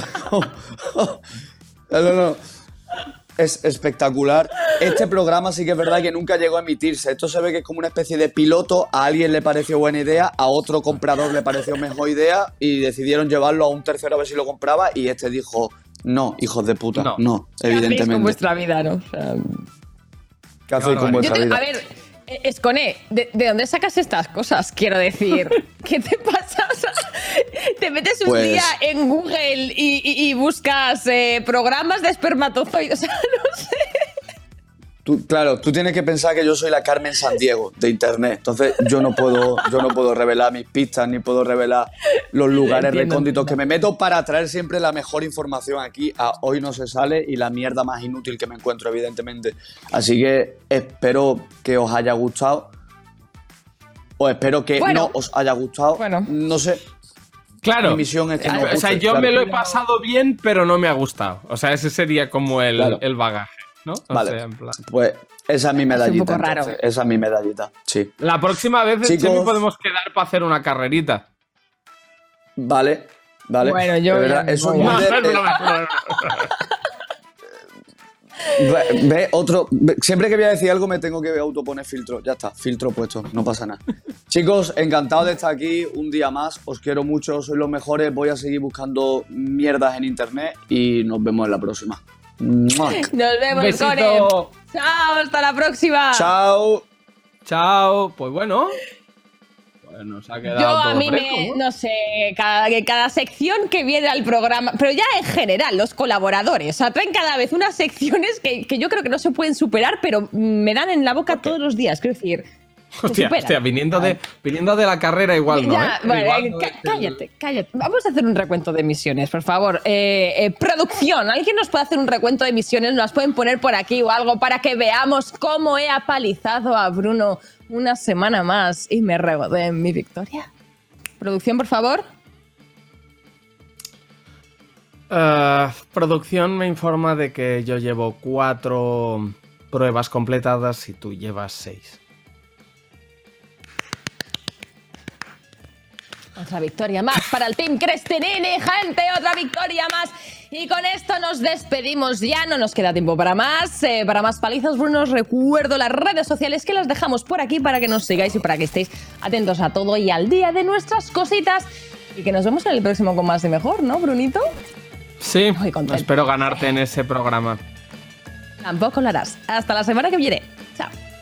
No, no, no, no. Es espectacular. Este programa sí que es verdad que nunca llegó a emitirse. Esto se ve que es como una especie de piloto. A alguien le pareció buena idea, a otro comprador le pareció mejor idea y decidieron llevarlo a un tercero a ver si lo compraba y este dijo, no, hijos de puta, No. no, ¿Qué hacéis evidentemente. con vuestra vida, no? O sea, ¿Qué hacéis con Yo yo vuestra te- vida? a ver, eh, Escone, ¿de, ¿de dónde sacas estas cosas? Quiero decir, ¿qué te pasa? O sea, te metes un Pues- día en Google y, y- y buscas eh, programas de espermatozoides. O sea, no sé. Tú, claro, tú tienes que pensar que yo soy la Carmen Sandiego de internet. Entonces yo no puedo, yo no puedo revelar mis pistas ni puedo revelar los lugares Entiendo, recónditos que me meto para traer siempre la mejor información aquí a Hoy No Se Sale y la mierda más inútil que me encuentro, evidentemente. Así que espero que os haya gustado. O espero que Bueno. no os haya gustado. Bueno. No sé. Claro. Mi misión es que no os O sea, guste, yo claro. me lo he pasado bien, pero no me ha gustado. O sea, ese sería como el, Claro. el bagaje, ¿no? O Vale. sea, en plan. Pues esa es mi medallita. poco raro. entonces. Esa es mi medallita, sí. La próxima vez, Chicos. Chemi, podemos quedar para hacer una carrerita. Vale, vale. Bueno, yo De verdad, ya me eso es voy. muy No, de- no, eh, no, no, no. Ve, ve otro. ve- siempre que voy a decir algo me tengo que autoponer filtro. Ya está, filtro puesto, no pasa nada. Chicos, encantado de estar aquí un día más. Os quiero mucho, sois los mejores. Voy a seguir buscando mierdas en internet y nos vemos en la próxima. ¡Mua! Nos vemos, Besito. Escone. Chao, hasta la próxima. Chao. Chao. Pues bueno. Pues nos ha quedado Yo a todo mí fresco, me, ¿no? no sé, cada, que cada sección que viene al programa, pero ya en general, los colaboradores, o sea, traen cada vez unas secciones que, que yo creo que no se pueden superar, pero me dan en la boca todos los días, quiero decir. se Hostia, superan. hostia, viniendo de, viniendo de la carrera igual no, Ya, ¿eh? vale, Igual eh, no ca- es el- cállate, cállate. Vamos a hacer un recuento de emisiones, por favor. Eh, eh, producción, ¿alguien nos puede hacer un recuento de emisiones? ¿Nos las pueden poner por aquí o algo para que veamos cómo he apalizado a Bruno una semana más y me regodé en mi victoria? Producción, por favor. Eh, producción me informa de que yo llevo cuatro pruebas completadas y tú llevas seis. Otra victoria más para el Team Crestenini, gente, otra victoria más. Y con esto nos despedimos ya, no nos queda tiempo para más. Eh, para más palizas, Bruno, os recuerdo las redes sociales que las dejamos por aquí para que nos sigáis y para que estéis atentos a todo y al día de nuestras cositas. Y que nos vemos en el próximo con más y mejor, ¿no, Brunito? Sí, Muy contento. espero ganarte en ese programa. Tampoco lo harás. Hasta la semana que viene. Chao.